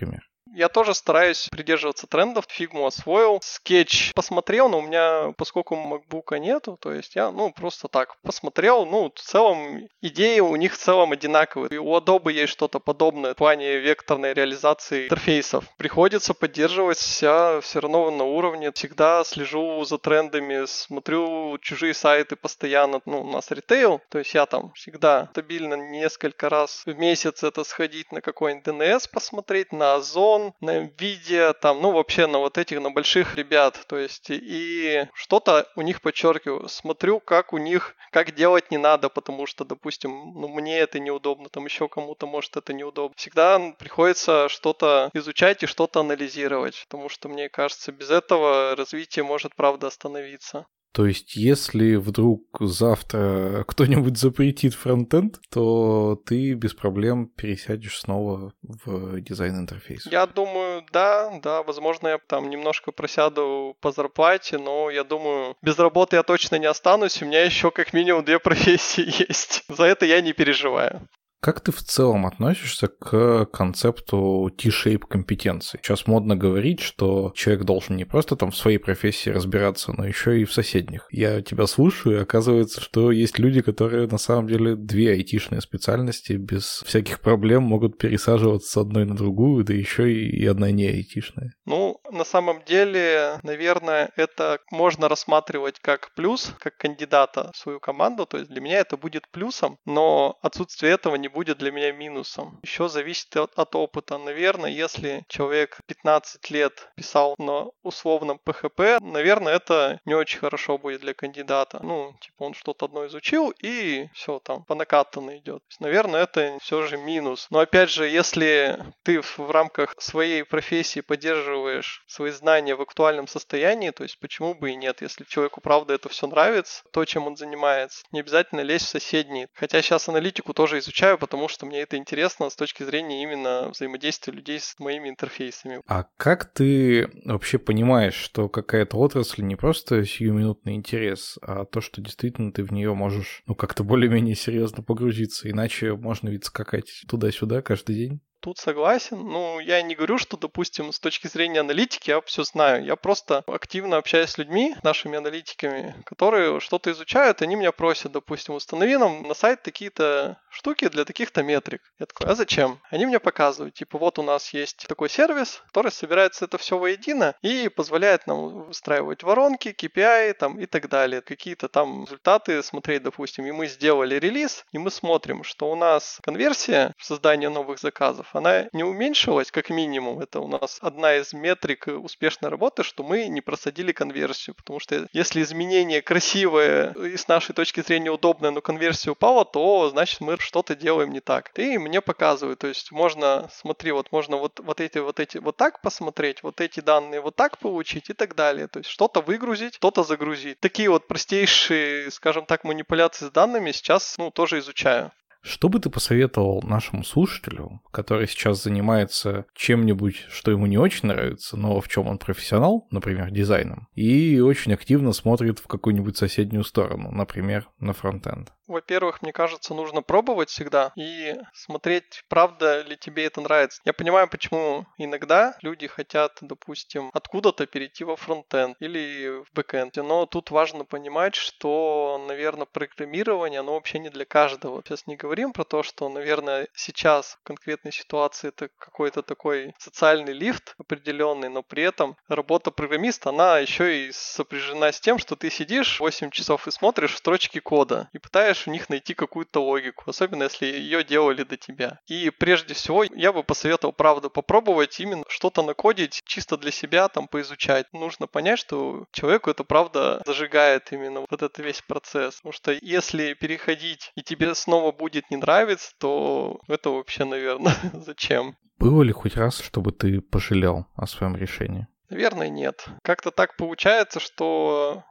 Я тоже стараюсь придерживаться трендов. Фигму освоил. Скетч посмотрел, но у меня, поскольку макбука нету, то есть я, ну, просто так посмотрел. Ну, в целом, идеи у них в целом одинаковые. И у Adobe есть что-то подобное в плане векторной реализации интерфейсов. Приходится поддерживать себя все равно на уровне. Всегда слежу за трендами, смотрю чужие сайты постоянно. Ну, у нас ритейл, то есть я там всегда стабильно несколько раз в месяц это сходить на какой-нибудь ди эн эс посмотреть, на Озон, на Nvidia, там, ну, вообще на вот этих, на больших ребят. То есть и что-то у них подчеркиваю. Смотрю, как у них, как делать не надо, потому что, допустим, ну, мне это неудобно, там еще кому-то, может, это неудобно. Всегда приходится что-то изучать и что-то анализировать, потому что, мне кажется, без этого развитие может, правда, остановиться. То есть, если вдруг завтра кто-нибудь запретит фронтенд, то ты без проблем пересядешь снова в дизайн интерфейса? Я думаю, да, да, возможно, я там немножко просяду по зарплате, но я думаю, без работы я точно не останусь, у меня еще как минимум две профессии есть. За это я не переживаю. Как ты в целом относишься к концепту T-shape компетенций? Сейчас модно говорить, что человек должен не просто там в своей профессии разбираться, но еще и в соседних. Я тебя слушаю, и оказывается, что есть люди, которые на самом деле две айтишные специальности без всяких проблем могут пересаживаться с одной на другую, да еще и одна не айтишная. Ну, на самом деле, наверное, это можно рассматривать как плюс, как кандидата в свою команду, то есть для меня это будет плюсом, но отсутствие этого не будет для меня минусом. Еще зависит от, от опыта. Наверное, если человек пятнадцать лет писал на условном пи эйч пи, наверное, это не очень хорошо будет для кандидата. Ну, типа он что-то одно изучил и все там по накатанной идет. То есть, наверное, это все же минус. Но опять же, если ты в, в рамках своей профессии поддерживаешь свои знания в актуальном состоянии, то есть почему бы и нет, если человеку правда это все нравится, то, чем он занимается, не обязательно лезть в соседние. Хотя сейчас аналитику тоже изучаю, потому что мне это интересно с точки зрения именно взаимодействия людей с моими интерфейсами. А как ты вообще понимаешь, что какая-то отрасль не просто сиюминутный интерес, а то, что действительно ты в нее можешь, ну, как-то более-менее серьезно погрузиться, иначе можно ведь скакать туда-сюда каждый день? Тут согласен. Ну, я не говорю, что, допустим, с точки зрения аналитики я все знаю. Я просто активно общаюсь с людьми, нашими аналитиками, которые что-то изучают, и они меня просят, допустим, установи нам на сайт такие-то штуки для таких-то метрик. Я такой, а зачем? Они мне показывают, типа, вот у нас есть такой сервис, который собирается это все воедино и позволяет нам выстраивать воронки, кей пи ай там, и так далее. Какие-то там результаты смотреть, допустим. И мы сделали релиз, и мы смотрим, что у нас конверсия в создании новых заказов, она не уменьшилась, как минимум. Это у нас одна из метрик успешной работы, что мы не просадили конверсию. Потому что если изменение красивое и с нашей точки зрения удобное, но конверсия упала, то значит мы что-то делаем не так. И мне показывают. То есть можно, смотри, вот можно вот, вот эти, вот эти, вот так посмотреть, вот эти данные вот так получить и так далее. То есть что-то выгрузить, что-то загрузить. Такие вот простейшие, скажем так, манипуляции с данными сейчас, ну, тоже изучаю. Что бы ты посоветовал нашему слушателю, который сейчас занимается чем-нибудь, что ему не очень нравится, но в чем он профессионал, например, дизайном, и очень активно смотрит в какую-нибудь соседнюю сторону, например, на фронтенд? Во-первых, мне кажется, нужно пробовать всегда и смотреть, правда ли тебе это нравится. Я понимаю, почему иногда люди хотят, допустим, откуда-то перейти во фронтенд или в бэкенд. Но тут важно понимать, что, наверное, программирование, оно вообще не для каждого. Сейчас не говорим про то, что, наверное, сейчас в конкретной ситуации это какой-то такой социальный лифт определенный, но при этом работа программиста, она еще и сопряжена с тем, что ты сидишь восемь часов и смотришь строчки кода и пытаешься у них найти какую-то логику, особенно если ее делали до тебя. И прежде всего я бы посоветовал, правда, попробовать именно что-то накодить чисто для себя, там, поизучать. Нужно понять, что человеку это, правда, зажигает именно вот этот весь процесс. Потому что если переходить и тебе снова будет не нравиться, то это вообще, наверное, зачем? Было ли хоть раз, чтобы ты пожалел о своем решении? Наверное, нет. Как-то так получается, что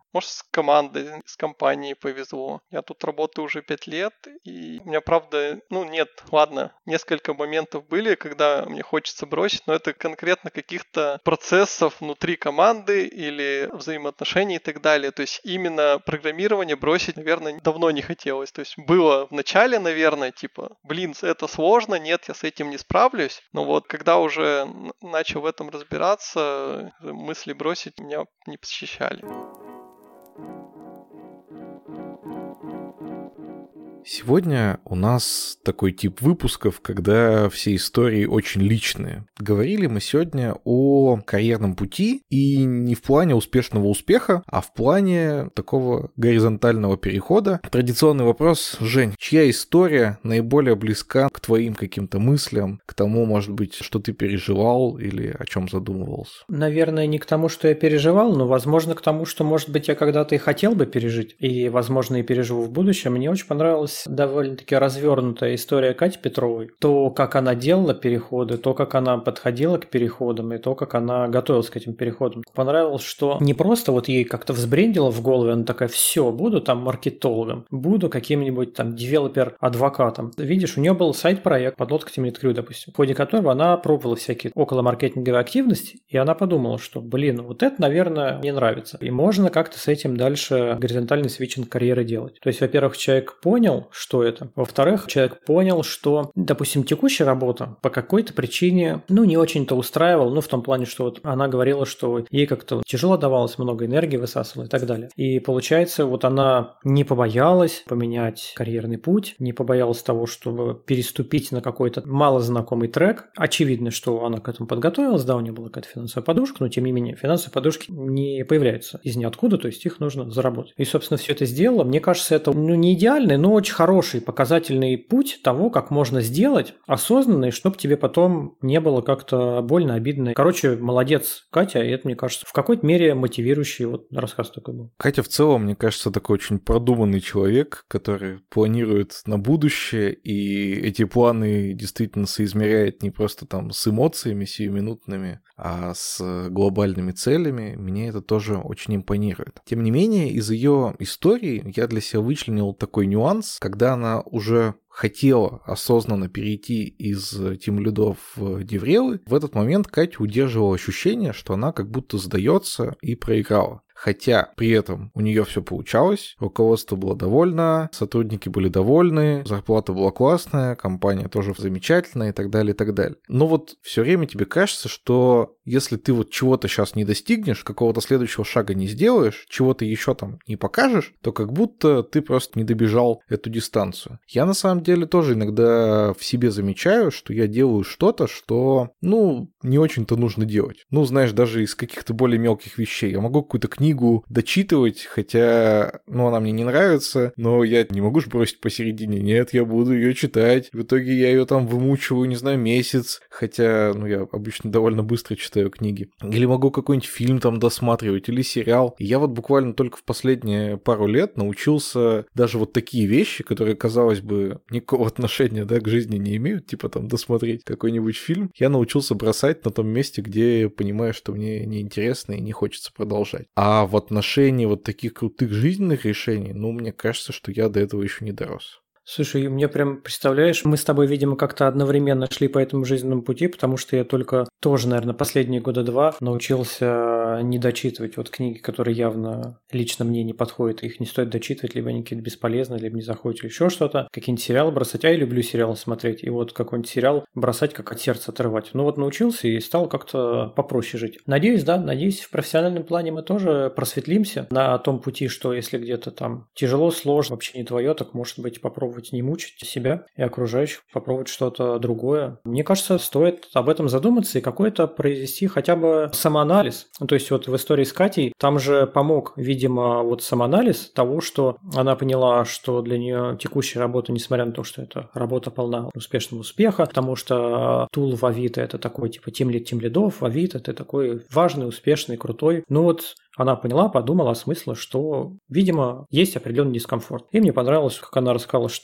может, с командой, с компанией повезло. Я тут работаю уже пять лет, и у меня, правда, ну нет, ладно, несколько моментов были, когда мне хочется бросить, но это конкретно каких-то процессов внутри команды или взаимоотношений и так далее. То есть именно программирование бросить, наверное, давно не хотелось. То есть было в начале, наверное, типа, блин, это сложно, нет, я с этим не справлюсь. Но вот когда уже начал в этом разбираться, мысли бросить меня не посещали. Сегодня у нас такой тип выпусков, когда все истории очень личные. Говорили мы сегодня о карьерном пути, и не в плане успешного успеха, а в плане такого горизонтального перехода. Традиционный вопрос: Жень, чья история наиболее близка к твоим каким-то мыслям, к тому, может быть, что ты переживал или о чем задумывался? Наверное, не к тому, что я переживал, но, возможно, к тому, что, может быть, я когда-то и хотел бы пережить, и, возможно, и переживу в будущем. Мне очень понравилось довольно-таки развернутая история Кати Петровой. То, как она делала переходы, то, как она подходила к переходам, и то, как она готовилась к этим переходам. Понравилось, что не просто вот ей как-то взбрендило в голову, она такая: все, буду там маркетологом, буду каким-нибудь там девелопер-адвокатом. Видишь, у нее был сайт-проект «Подлодка Team Lead Crew», допустим, в ходе которого она пробовала всякие околомаркетинговые активности, и она подумала, что, блин, вот это, наверное, мне нравится. И можно как-то с этим дальше горизонтальный свитчинг карьеры делать. То есть, во-первых, человек понял, что это. Во-вторых, человек понял, что, допустим, текущая работа по какой-то причине, ну, не очень-то устраивала, ну, в том плане, что вот она говорила, что ей как-то тяжело давалось, много энергии высасывала и так далее. И получается, вот она не побоялась поменять карьерный путь, не побоялась того, чтобы переступить на какой-то малознакомый трек. Очевидно, что она к этому подготовилась, да, у нее была какая-то финансовая подушка, но тем не менее, финансовые подушки не появляются из ниоткуда, то есть их нужно заработать. И, собственно, все это сделала. Мне кажется, это, ну, не идеальный, но очень хороший показательный путь того, как можно сделать осознанный, чтобы тебе потом не было как-то больно, обидно. Короче, молодец, Катя, и это, мне кажется, в какой-то мере мотивирующий вот рассказ такой был. Катя в целом, мне кажется, такой очень продуманный человек, который планирует на будущее, и эти планы действительно соизмеряет не просто там с эмоциями сиюминутными, а с глобальными целями. Мне это тоже очень импонирует. Тем не менее, из ее истории я для себя вычленил такой нюанс, когда она уже хотела осознанно перейти из тимлидов в деврелы. В этот момент Катя удерживала ощущение, что она как будто сдается и проиграла. Хотя при этом у нее все получалось, руководство было довольно, сотрудники были довольны, зарплата была классная, компания тоже замечательная и так далее, и так далее. Но вот все время тебе кажется, что если ты вот чего-то сейчас не достигнешь, какого-то следующего шага не сделаешь, чего-то еще там не покажешь, то как будто ты просто не добежал эту дистанцию. Я на самом деле тоже иногда в себе замечаю, что я делаю что-то, что, ну, не очень-то нужно делать. Ну, знаешь, даже из каких-то более мелких вещей. Я могу какую-то книгу дочитывать, хотя, ну, она мне не нравится, но я не могу же бросить посередине. Нет, я буду ее читать. В итоге я ее там вымучиваю, не знаю, месяц, хотя, ну, я обычно довольно быстро читаю книги. Или могу какой-нибудь фильм там досматривать, или сериал. И я вот буквально только в последние пару лет научился даже вот такие вещи, которые, казалось бы, никакого отношения, да, к жизни не имеют, типа там досмотреть какой-нибудь фильм, я научился бросать на том месте, где понимаю, что мне неинтересно и не хочется продолжать. А в отношении вот таких крутых жизненных решений, ну, мне кажется, что я до этого еще не дорос. Слушай, мне прям, представляешь, мы с тобой, видимо, как-то одновременно шли по этому жизненному пути, потому что я только тоже, наверное, последние года два научился не дочитывать вот книги, которые явно лично мне не подходят, их не стоит дочитывать, либо они какие-то бесполезные, либо не заходят, или еще что-то. Какие-нибудь сериалы бросать, а я люблю сериалы смотреть, и вот какой-нибудь сериал бросать, как от сердца отрывать. Ну вот научился и стал как-то попроще жить. Надеюсь, да, надеюсь, в профессиональном плане мы тоже просветлимся на том пути, что если где-то там тяжело, сложно, вообще не твое, так, может быть, попробовать не мучить себя и окружающих, попробовать что-то другое. Мне кажется, стоит об этом задуматься и какой-то произвести хотя бы самоанализ. Ну, то есть вот в истории с Катей там же помог, видимо, вот самоанализ того, что она поняла, что для нее текущая работа, несмотря на то, что это работа полна успешного успеха, потому что тул в Авито это такой типа тимлид тимлидов, в Авито ты такой важный, успешный, крутой. Ну вот она поняла, подумала, осмыслила, что, видимо, есть определенный дискомфорт. И мне понравилось, как она рассказала, что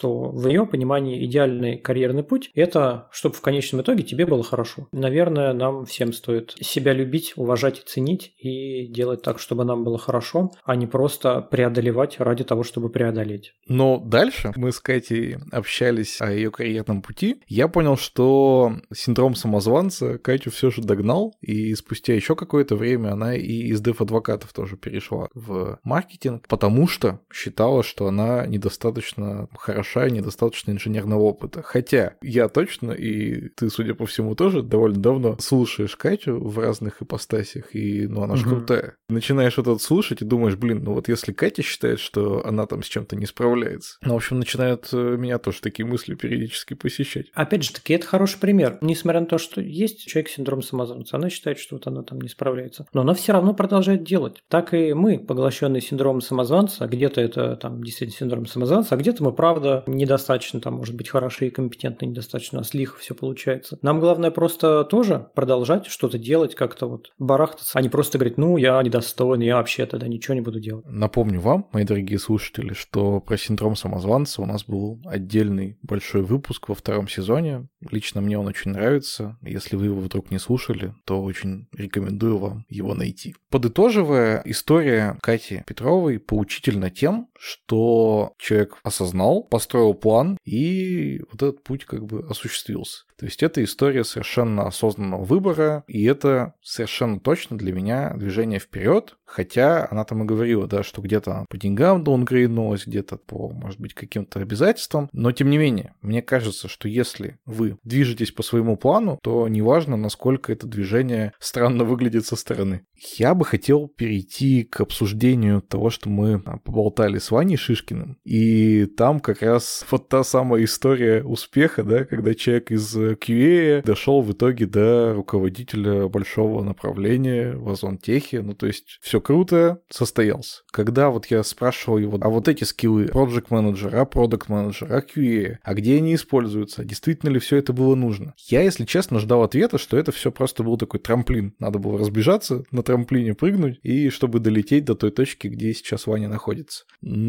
что в ее понимании идеальный карьерный путь – это чтобы в конечном итоге тебе было хорошо. Наверное, нам всем стоит себя любить, уважать и ценить и делать так, чтобы нам было хорошо, а не просто преодолевать ради того, чтобы преодолеть. Но дальше мы с Катей общались о ее карьерном пути. Я понял, что синдром самозванца Катю все же догнал, и спустя еще какое-то время она и из дев-адвокатов тоже перешла в маркетинг, потому что считала, что она недостаточно хороша и недостаточно инженерного опыта. Хотя я точно, и ты, судя по всему, тоже довольно давно слушаешь Катю в разных ипостасях, и ну она же угу. крутая. Начинаешь вот это слушать и думаешь, блин, ну вот если Катя считает, что она там с чем-то не справляется, ну, в общем, начинают меня тоже такие мысли периодически посещать. Опять же таки, это хороший пример. Несмотря на то, что есть человек с синдромом самозванца, она считает, что вот она там не справляется. Но она все равно продолжает делать. Так и мы, поглощенные синдромом самозванца, где-то это там действительно синдром самозванца, а где-то мы, правда, недостаточно там, может быть, хороши и компетентны, недостаточно, а с лихо все получается. Нам главное просто тоже продолжать что-то делать, как-то вот барахтаться, а не просто говорить, ну, я недостоин, я вообще тогда ничего не буду делать. Напомню вам, мои дорогие слушатели, что про синдром самозванца у нас был отдельный большой выпуск во втором сезоне. Лично мне он очень нравится. Если вы его вдруг не слушали, то очень рекомендую вам его найти. Подытоживая, история Кати Петровой поучительна тем, что человек осознал, построил план, и вот этот путь как бы осуществился. То есть это история совершенно осознанного выбора, и это совершенно точно для меня движение вперед, хотя она там и говорила, да, что где-то по деньгам даунгрейднулась, где-то по, может быть, каким-то обязательствам, но тем не менее, мне кажется, что если вы движетесь по своему плану, то неважно, насколько это движение странно выглядит со стороны. Я бы хотел перейти к обсуждению того, что мы поболтали с Ваней Шишкиным, и там как раз вот та самая история успеха, да, когда человек из кью эй дошел в итоге до руководителя большого направления в Озон-Техе, ну то есть все круто, состоялся. Когда вот я спрашивал его, а вот эти скиллы project менеджера, а product менеджера, а кью эй, а где они используются, действительно ли все это было нужно? Я, если честно, ждал ответа, что это все просто был такой трамплин. Надо было разбежаться, на трамплине прыгнуть, и чтобы долететь до той точки, где сейчас Ваня находится.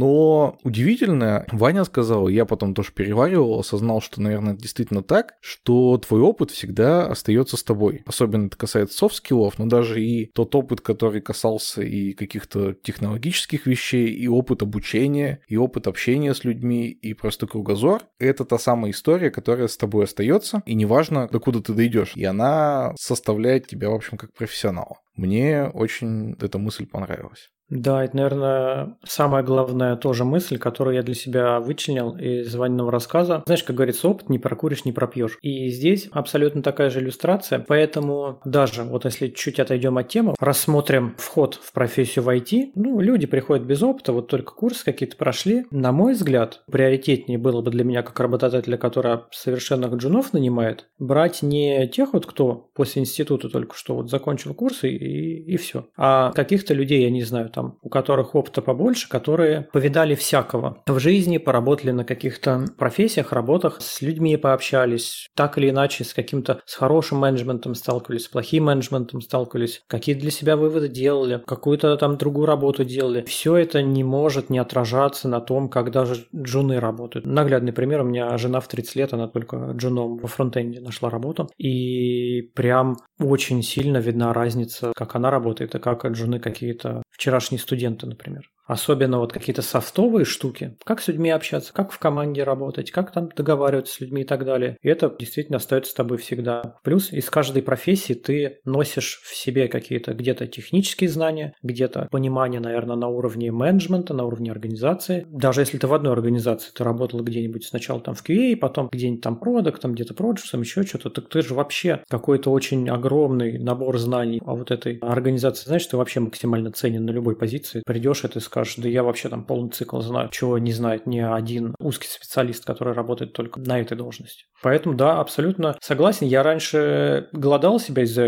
Но удивительно, Ваня сказал, я потом тоже переваривал, осознал, что, наверное, это действительно так, что твой опыт всегда остается с тобой. Особенно это касается софт-скиллов, но даже и тот опыт, который касался и каких-то технологических вещей, и опыт обучения, и опыт общения с людьми, и просто кругозор, это та самая история, которая с тобой остается, и неважно, докуда ты дойдешь. И она составляет тебя, в общем, как профессионала. Мне очень эта мысль понравилась. Да, это, наверное, самая главная тоже мысль, которую я для себя вычленил из Ваниного рассказа. Знаешь, как говорится, опыт не прокуришь, не пропьешь. И здесь абсолютно такая же иллюстрация. Поэтому даже вот если чуть отойдем от темы, рассмотрим вход в профессию в ай ти. Ну, люди приходят без опыта, вот только курсы какие-то прошли. На мой взгляд, приоритетнее было бы для меня, как работодателя, который совершенных джунов нанимает, брать не тех вот, кто после института только что вот закончил курсы и, и все, а каких-то людей, я не знаю, там, у которых опыта побольше, которые повидали всякого в жизни, поработали на каких-то профессиях, работах, с людьми пообщались, так или иначе с каким-то, с хорошим менеджментом сталкивались, с плохим менеджментом сталкивались, какие для себя выводы делали, какую-то там другую работу делали. Все это не может не отражаться на том, как даже джуны работают. Наглядный пример, у меня жена в тридцать лет, она только джуном во фронтенде нашла работу, и прям очень сильно видна разница, как она работает, и как джуны какие-то вчерашние студенты, например. Особенно вот какие-то софтовые штуки, как с людьми общаться, как в команде работать, как там договариваться с людьми и так далее. И это действительно остается с тобой всегда. Плюс из каждой профессии ты носишь в себе какие-то где-то технические знания, где-то понимание, наверное, на уровне менеджмента, на уровне организации. Даже если ты в одной организации, ты работал где-нибудь сначала там в кью эй, потом где-нибудь там продактом, где-то проджектом, еще что-то, так ты же вообще какой-то очень огромный набор знаний о вот этой организации. Знаешь, ты вообще максимально ценен на любой позиции. Придешь и ты скажешь, скажешь, да я вообще там полный цикл знаю, чего не знает ни один узкий специалист, который работает только на этой должности. Поэтому, да, абсолютно согласен. Я раньше голодал себя из-за этого.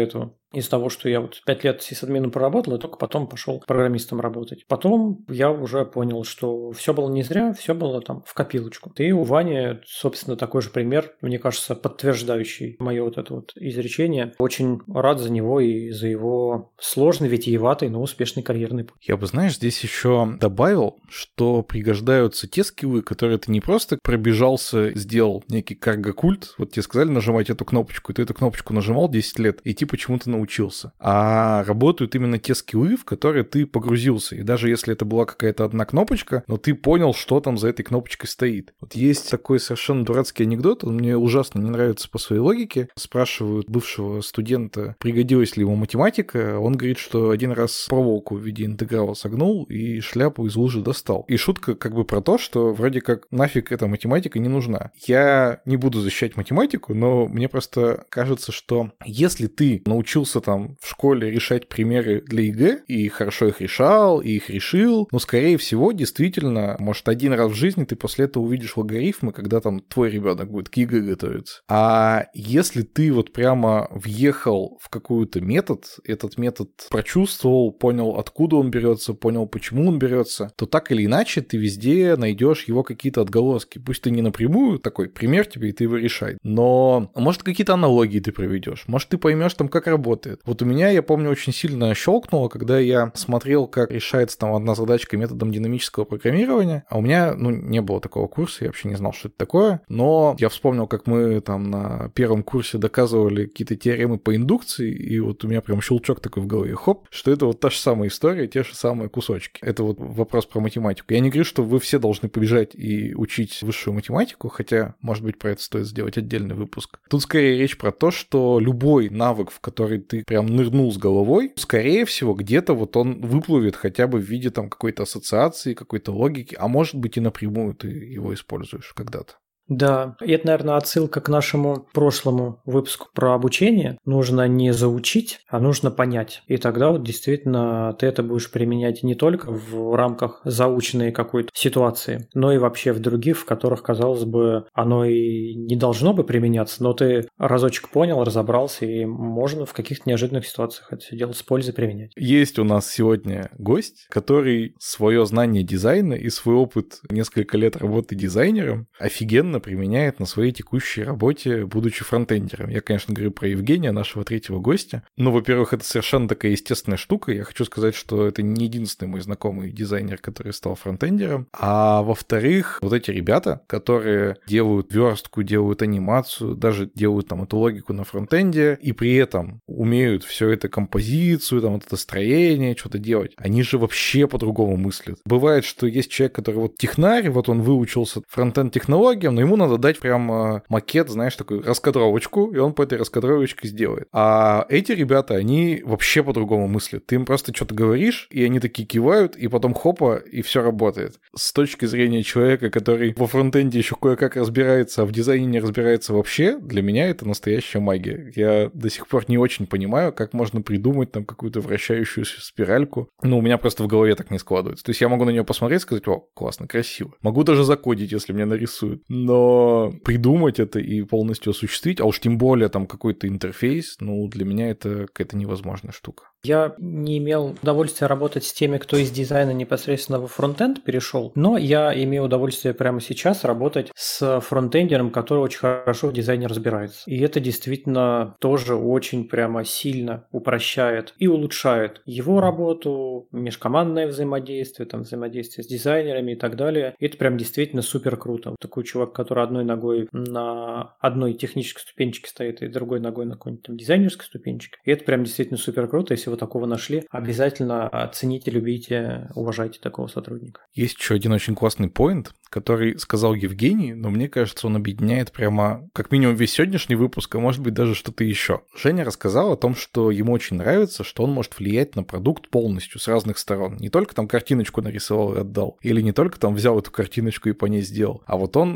из того, что я вот пять лет сисадмином проработал, и только потом пошел программистом работать. Потом я уже понял, что все было не зря, все было там в копилочку. И у Вани, собственно, такой же пример, мне кажется, подтверждающий мое вот это вот изречение. Очень рад за него и за его сложный, витиеватый, но успешный карьерный путь. Я бы, знаешь, здесь еще добавил, что пригождаются те скиллы, которые ты не просто пробежался, сделал некий карго-культ, вот тебе сказали нажимать эту кнопочку, и ты эту кнопочку нажимал десять лет, и ты почему-то научился. А работают именно те скиллы, в которые ты погрузился. И даже если это была какая-то одна кнопочка, но ты понял, что там за этой кнопочкой стоит. Вот есть такой совершенно дурацкий анекдот, он мне ужасно не нравится по своей логике. Спрашивают бывшего студента, пригодилась ли ему математика. Он говорит, что один раз проволоку в виде интеграла согнул и шляпу из лужи достал. И шутка как бы про то, что вроде как нафиг эта математика не нужна. Я не буду защищать математику, но мне просто кажется, что если ты научился там в школе решать примеры для ЕГЭ и хорошо их решал, и их решил, но, скорее всего, действительно, может, один раз в жизни ты после этого увидишь логарифмы, когда там твой ребенок будет к ЕГЭ готовиться. А если ты вот прямо въехал в какой-то метод, этот метод прочувствовал, понял, откуда он берется, понял, почему он берется, то так или иначе ты везде найдешь его какие-то отголоски. Пусть ты не напрямую такой пример тебе, и ты его решай, но может какие-то аналогии ты проведешь, может ты поймешь там, как работает. Вот у меня, я помню, очень сильно щелкнуло, когда я смотрел, как решается там одна задачка методом динамического программирования, а у меня, ну, не было такого курса, я вообще не знал, что это такое, но я вспомнил, как мы там на первом курсе доказывали какие-то теоремы по индукции, и вот у меня прям щелчок такой в голове, хоп, что это вот та же самая история, те же самые кусочки. Это вот вопрос про математику. Я не говорю, что вы все должны побежать и учить высшую математику, хотя, может быть, про это стоит сделать отдельный выпуск. Тут скорее речь про то, что любой навык, в который ты прям нырнул с головой, скорее всего, где-то вот он выплывет хотя бы в виде там какой-то ассоциации, какой-то логики, а может быть и напрямую ты его используешь когда-то. Да, и это, наверное, отсылка к нашему прошлому выпуску про обучение. Нужно не заучить, а нужно понять. И тогда вот действительно ты это будешь применять не только в рамках заученной какой-то ситуации, но и вообще в других, в которых, казалось бы, оно и не должно бы применяться, но ты разочек понял, разобрался, и можно в каких-то неожиданных ситуациях это все дело с пользой применять. Есть у нас сегодня гость, который свое знание дизайна и свой опыт несколько лет работы дизайнером офигенно применяет на своей текущей работе, будучи фронтендером. Я, конечно, говорю про Евгения, нашего третьего гостя. Но, во-первых, это совершенно такая естественная штука. Я хочу сказать, что это не единственный мой знакомый дизайнер, который стал фронтендером. А во-вторых, вот эти ребята, которые делают верстку, делают анимацию, даже делают там эту логику на фронтенде, и при этом умеют все это композицию, там вот это строение, что-то делать. Они же вообще по-другому мыслят. Бывает, что есть человек, который вот технарь, вот он выучился фронтенд-технологиям, но ему надо дать прям макет, знаешь, такую раскадровочку, и он по этой раскадровочке сделает. А эти ребята, они вообще по-другому мыслят. Ты им просто что-то говоришь, и они такие кивают, и потом хопа, и все работает. С точки зрения человека, который во фронтенде еще кое-как разбирается, а в дизайне не разбирается вообще, для меня это настоящая магия. Я до сих пор не очень понимаю, как можно придумать там какую-то вращающуюся спиральку. Ну, у меня просто в голове так не складывается. То есть я могу на нее посмотреть и сказать: о, классно, красиво. Могу даже закодить, если мне нарисуют. Но придумать это и полностью осуществить, а уж тем более там какой-то интерфейс, ну, для меня это какая-то невозможная штука. Я не имел удовольствия работать с теми, кто из дизайна непосредственно во фронтенд перешел, но я имею удовольствие прямо сейчас работать с фронтендером, который очень хорошо в дизайне разбирается. И это действительно тоже очень прямо сильно упрощает и улучшает его работу, межкомандное взаимодействие, там, взаимодействие с дизайнерами и так далее. И это прям действительно супер круто. Такой чувак, который одной ногой на одной технической ступенчике стоит и другой ногой на какой-нибудь там дизайнерской ступенчике. И это прям действительно супер круто. Если вы такого нашли, обязательно оцените, любите, уважайте такого сотрудника. Есть еще один очень классный поинт, который сказал Евгений, но мне кажется, он объединяет прямо как минимум весь сегодняшний выпуск, а может быть даже что-то еще. Женя рассказал о том, что ему очень нравится, что он может влиять на продукт полностью, с разных сторон. Не только там картиночку нарисовал и отдал, или не только там взял эту картиночку и по ней сделал, а вот он как бы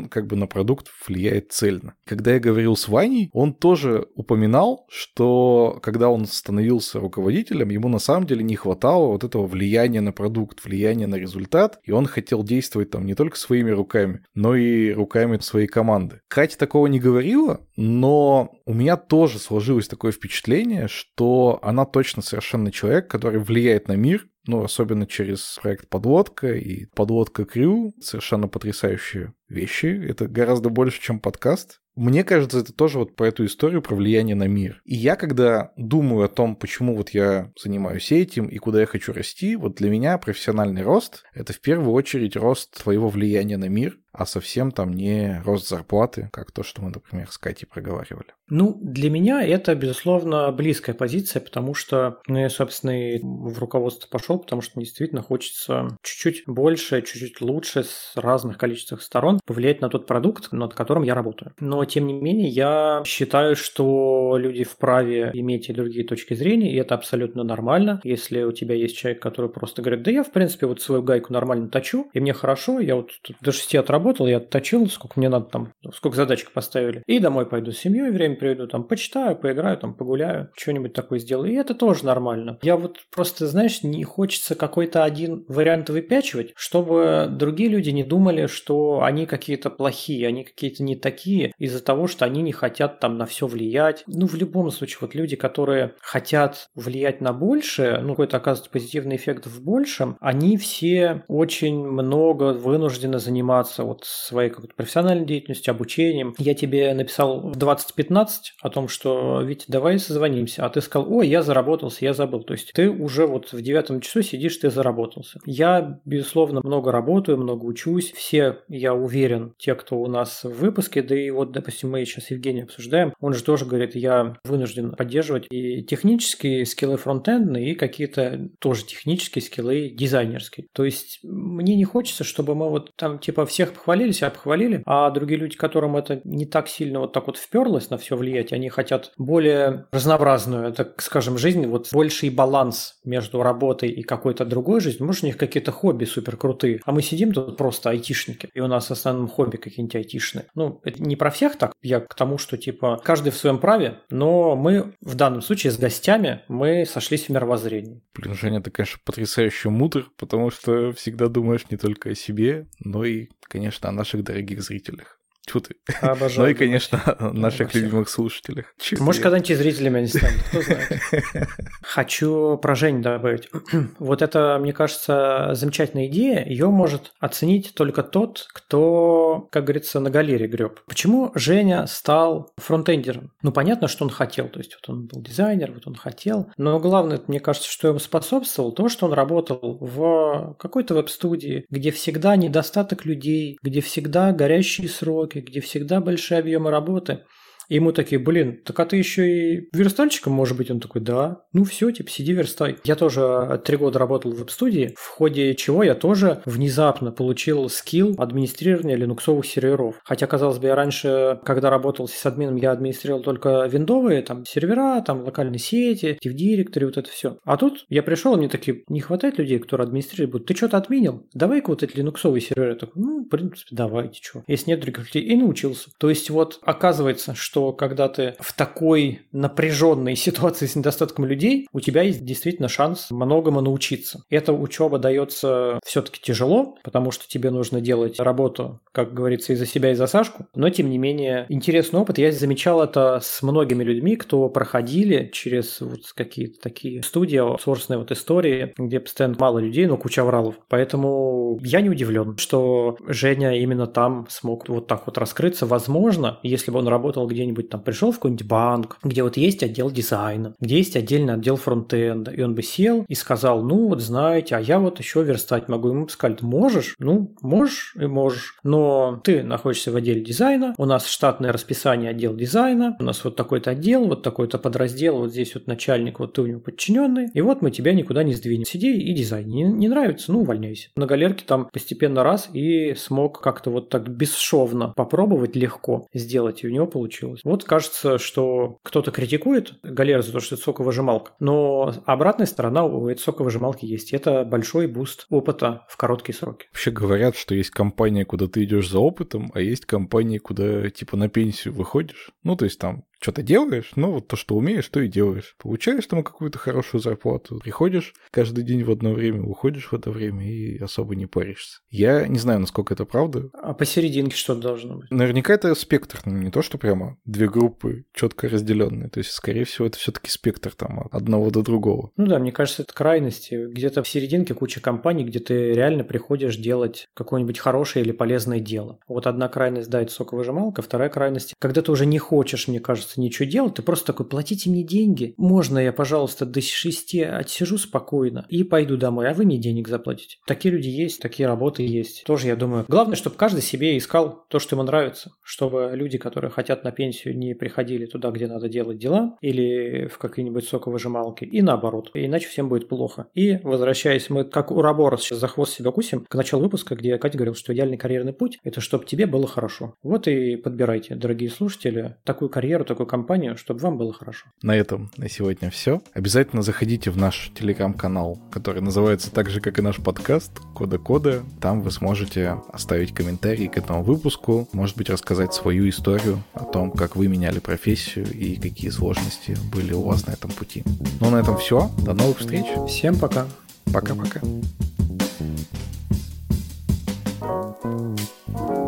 на продукт влияет цельно. Когда я говорил с Ваней, он тоже упоминал, что когда он становился руководителем, ему на самом деле не хватало вот этого влияния на продукт, влияния на результат, и он хотел действовать там не только своими руками, но и руками своей команды. Катя такого не говорила, но у меня тоже сложилось такое впечатление, что она точно совершенно человек, который влияет на мир, ну, особенно через проект «Подлодка» и «Подлодка Крю». Совершенно потрясающие вещи. Это гораздо больше, чем подкаст. Мне кажется, это тоже вот про эту историю, про влияние на мир. И я, когда думаю о том, почему вот я занимаюсь этим и куда я хочу расти, вот для меня профессиональный рост — это в первую очередь рост твоего влияния на мир, а совсем там не рост зарплаты, как то, что мы, например, с Катей проговаривали. Ну, для меня это, безусловно, близкая позиция, потому что, ну, я, собственно, и в руководство пошел, потому что мне действительно хочется чуть-чуть больше, чуть-чуть лучше с разных количествах сторон повлиять на тот продукт, над которым я работаю. Но, тем не менее, я считаю, что люди вправе иметь и другие точки зрения, и это абсолютно нормально. Если у тебя есть человек, который просто говорит, да я, в принципе, вот свою гайку нормально точу, и мне хорошо, я вот до шести отработал, я отточил, сколько мне надо там, сколько задачек поставили, и домой пойду с семьей, время приведу, там, почитаю, поиграю, там, погуляю, что-нибудь такое сделаю, и это тоже нормально. Я вот просто, знаешь, не хочется какой-то один вариант выпячивать, чтобы другие люди не думали, что они какие-то плохие, они какие-то не такие из-за того, что они не хотят там на все влиять. Ну, в любом случае, вот люди, которые хотят влиять на большее, ну, какой-то оказывается позитивный эффект в большем, они все очень много вынуждены заниматься вот своей какой-то профессиональной деятельностью, обучением. Я тебе написал в двадцать пятнадцать о том, что Витя, давай созвонимся, а ты сказал, ой, я заработался, я забыл. То есть ты уже вот в девятом часу сидишь, ты заработался. Я, безусловно, много работаю, много учусь. Все, я уверен, те, кто у нас в выпуске, да и вот, допустим, мы сейчас Евгения обсуждаем, он же тоже говорит, я вынужден поддерживать и технические скиллы фронтендные, и какие-то тоже технические скиллы дизайнерские. То есть мне не хочется, чтобы мы вот там типа всех похвалили, себя похвалили, а другие люди, которым это не так сильно вот так вот вперлось на все влиять, они хотят более разнообразную, так скажем, жизнь, вот больший баланс между работой и какой-то другой жизнью. Может, у них какие-то хобби супер крутые, а мы сидим тут просто айтишники, и у нас в основном хобби какие-нибудь айтишные. Ну, это не про всех так, я к тому, что типа каждый в своем праве, но мы в данном случае с гостями мы сошлись в мировоззрении. Блин, Женя, ты, конечно, потрясающе мудр, потому что всегда думаешь не только о себе, но и, конечно, о наших дорогих зрителях. Тьфу ты. Обожаю. Ну и, конечно, о наших любимых слушателях. Чего Может, я? когда-нибудь и зрителями они станут, кто знает. Хочу про Женю добавить. Вот это, мне кажется, замечательная идея. Ее может оценить только тот, кто, как говорится, на галере греб. Почему Женя стал фронтендером? Ну, понятно, что он хотел. То есть, вот он был дизайнер, вот он хотел. Но главное, мне кажется, что ему способствовало то, что он работал в какой-то веб-студии, где всегда недостаток людей, где всегда горящие сроки, где всегда большие объемы работы. И ему такие, блин, так а ты еще и верстальщиком, может быть? Он такой, да. Ну все, типа, сиди верстай. Я тоже три года работал в веб-студии, в ходе чего я тоже внезапно получил скилл администрирования линуксовых серверов. Хотя, казалось бы, я раньше, когда работал с админом, я администрировал только виндовые, там, сервера, там, локальные сети, Active Directory, вот это все. А тут я пришел, и мне такие, не хватает людей, которые администрировать будут. Ты что-то отменил? Давай-ка вот эти линуксовые серверы. Я такой, ну, в принципе, давайте, что. Если нет других людей. И научился. То есть, вот, оказывается, что что когда ты в такой напряженной ситуации с недостатком людей, у тебя есть действительно шанс многому научиться. Эта учеба дается все-таки тяжело, потому что тебе нужно делать работу, как говорится, и за себя, и за Сашку. Но, тем не менее, интересный опыт. Я замечал это с многими людьми, кто проходили через вот какие-то такие студии, аутсорсные вот истории, где постоянно мало людей, но куча авралов. Поэтому я не удивлен, что Женя именно там смог вот так вот раскрыться. Возможно, если бы он работал где где-нибудь там пришел в какой-нибудь банк, где вот есть отдел дизайна, где есть отдельный отдел фронтенда, и он бы сел и сказал, ну вот знаете, а я вот еще верстать могу. Ему бы сказали, можешь? Ну, можешь и можешь, но ты находишься в отделе дизайна, у нас штатное расписание отдел дизайна, у нас вот такой-то отдел, вот такой-то подраздел, вот здесь вот начальник, вот ты у него подчиненный, и вот мы тебя никуда не сдвинем. Сиди и дизайн. Не, не нравится? Ну, увольняйся. На галерке там постепенно раз и смог как-то вот так бесшовно попробовать легко сделать, и у него получилось. получилось. Вот кажется, что кто-то критикует галеру за то, что это соковыжималка, но обратная сторона у этой соковыжималки есть. Это большой буст опыта в короткие сроки. Вообще говорят, что есть компания, куда ты идешь за опытом, а есть компании, куда типа на пенсию выходишь. Ну, то есть там что-то делаешь, но вот то, что умеешь, то и делаешь. Получаешь там какую-то хорошую зарплату, приходишь каждый день в одно время, уходишь в это время и особо не паришься. Я не знаю, насколько это правда. А посерединке что-то должно быть? Наверняка это спектр, ну, не то, что прямо две группы четко разделенные. То есть, скорее всего, это все-таки спектр там от одного до другого. Ну да, мне кажется, это крайности. Где-то в серединке куча компаний, где ты реально приходишь делать какое-нибудь хорошее или полезное дело. Вот одна крайность, да, это соковыжималка, вторая крайность, когда ты уже не хочешь, мне кажется, ничего делать, ты просто такой: платите мне деньги, можно я, пожалуйста, до шести отсижу спокойно и пойду домой, а вы мне денег заплатите. Такие люди есть, такие работы есть. Тоже, я думаю, главное, чтобы каждый себе искал то, что ему нравится, чтобы люди, которые хотят на пенсию, не приходили туда, где надо делать дела, или в какие-нибудь соковыжималки, и наоборот. Иначе всем будет плохо. И, возвращаясь, мы как Ураборос сейчас за хвост себя кусим, к началу выпуска, где Катя говорил, что идеальный карьерный путь – это чтобы тебе было хорошо. Вот и подбирайте, дорогие слушатели, такую карьеру, такую компанию, чтобы вам было хорошо. На этом на сегодня все. Обязательно заходите в наш телеграм-канал, который называется так же, как и наш подкаст «Кода Кода». Там вы сможете оставить комментарии к этому выпуску, может быть, рассказать свою историю о том, как вы меняли профессию и какие сложности были у вас на этом пути. Ну, на этом все. До новых встреч. Всем пока. Пока-пока. Thank you.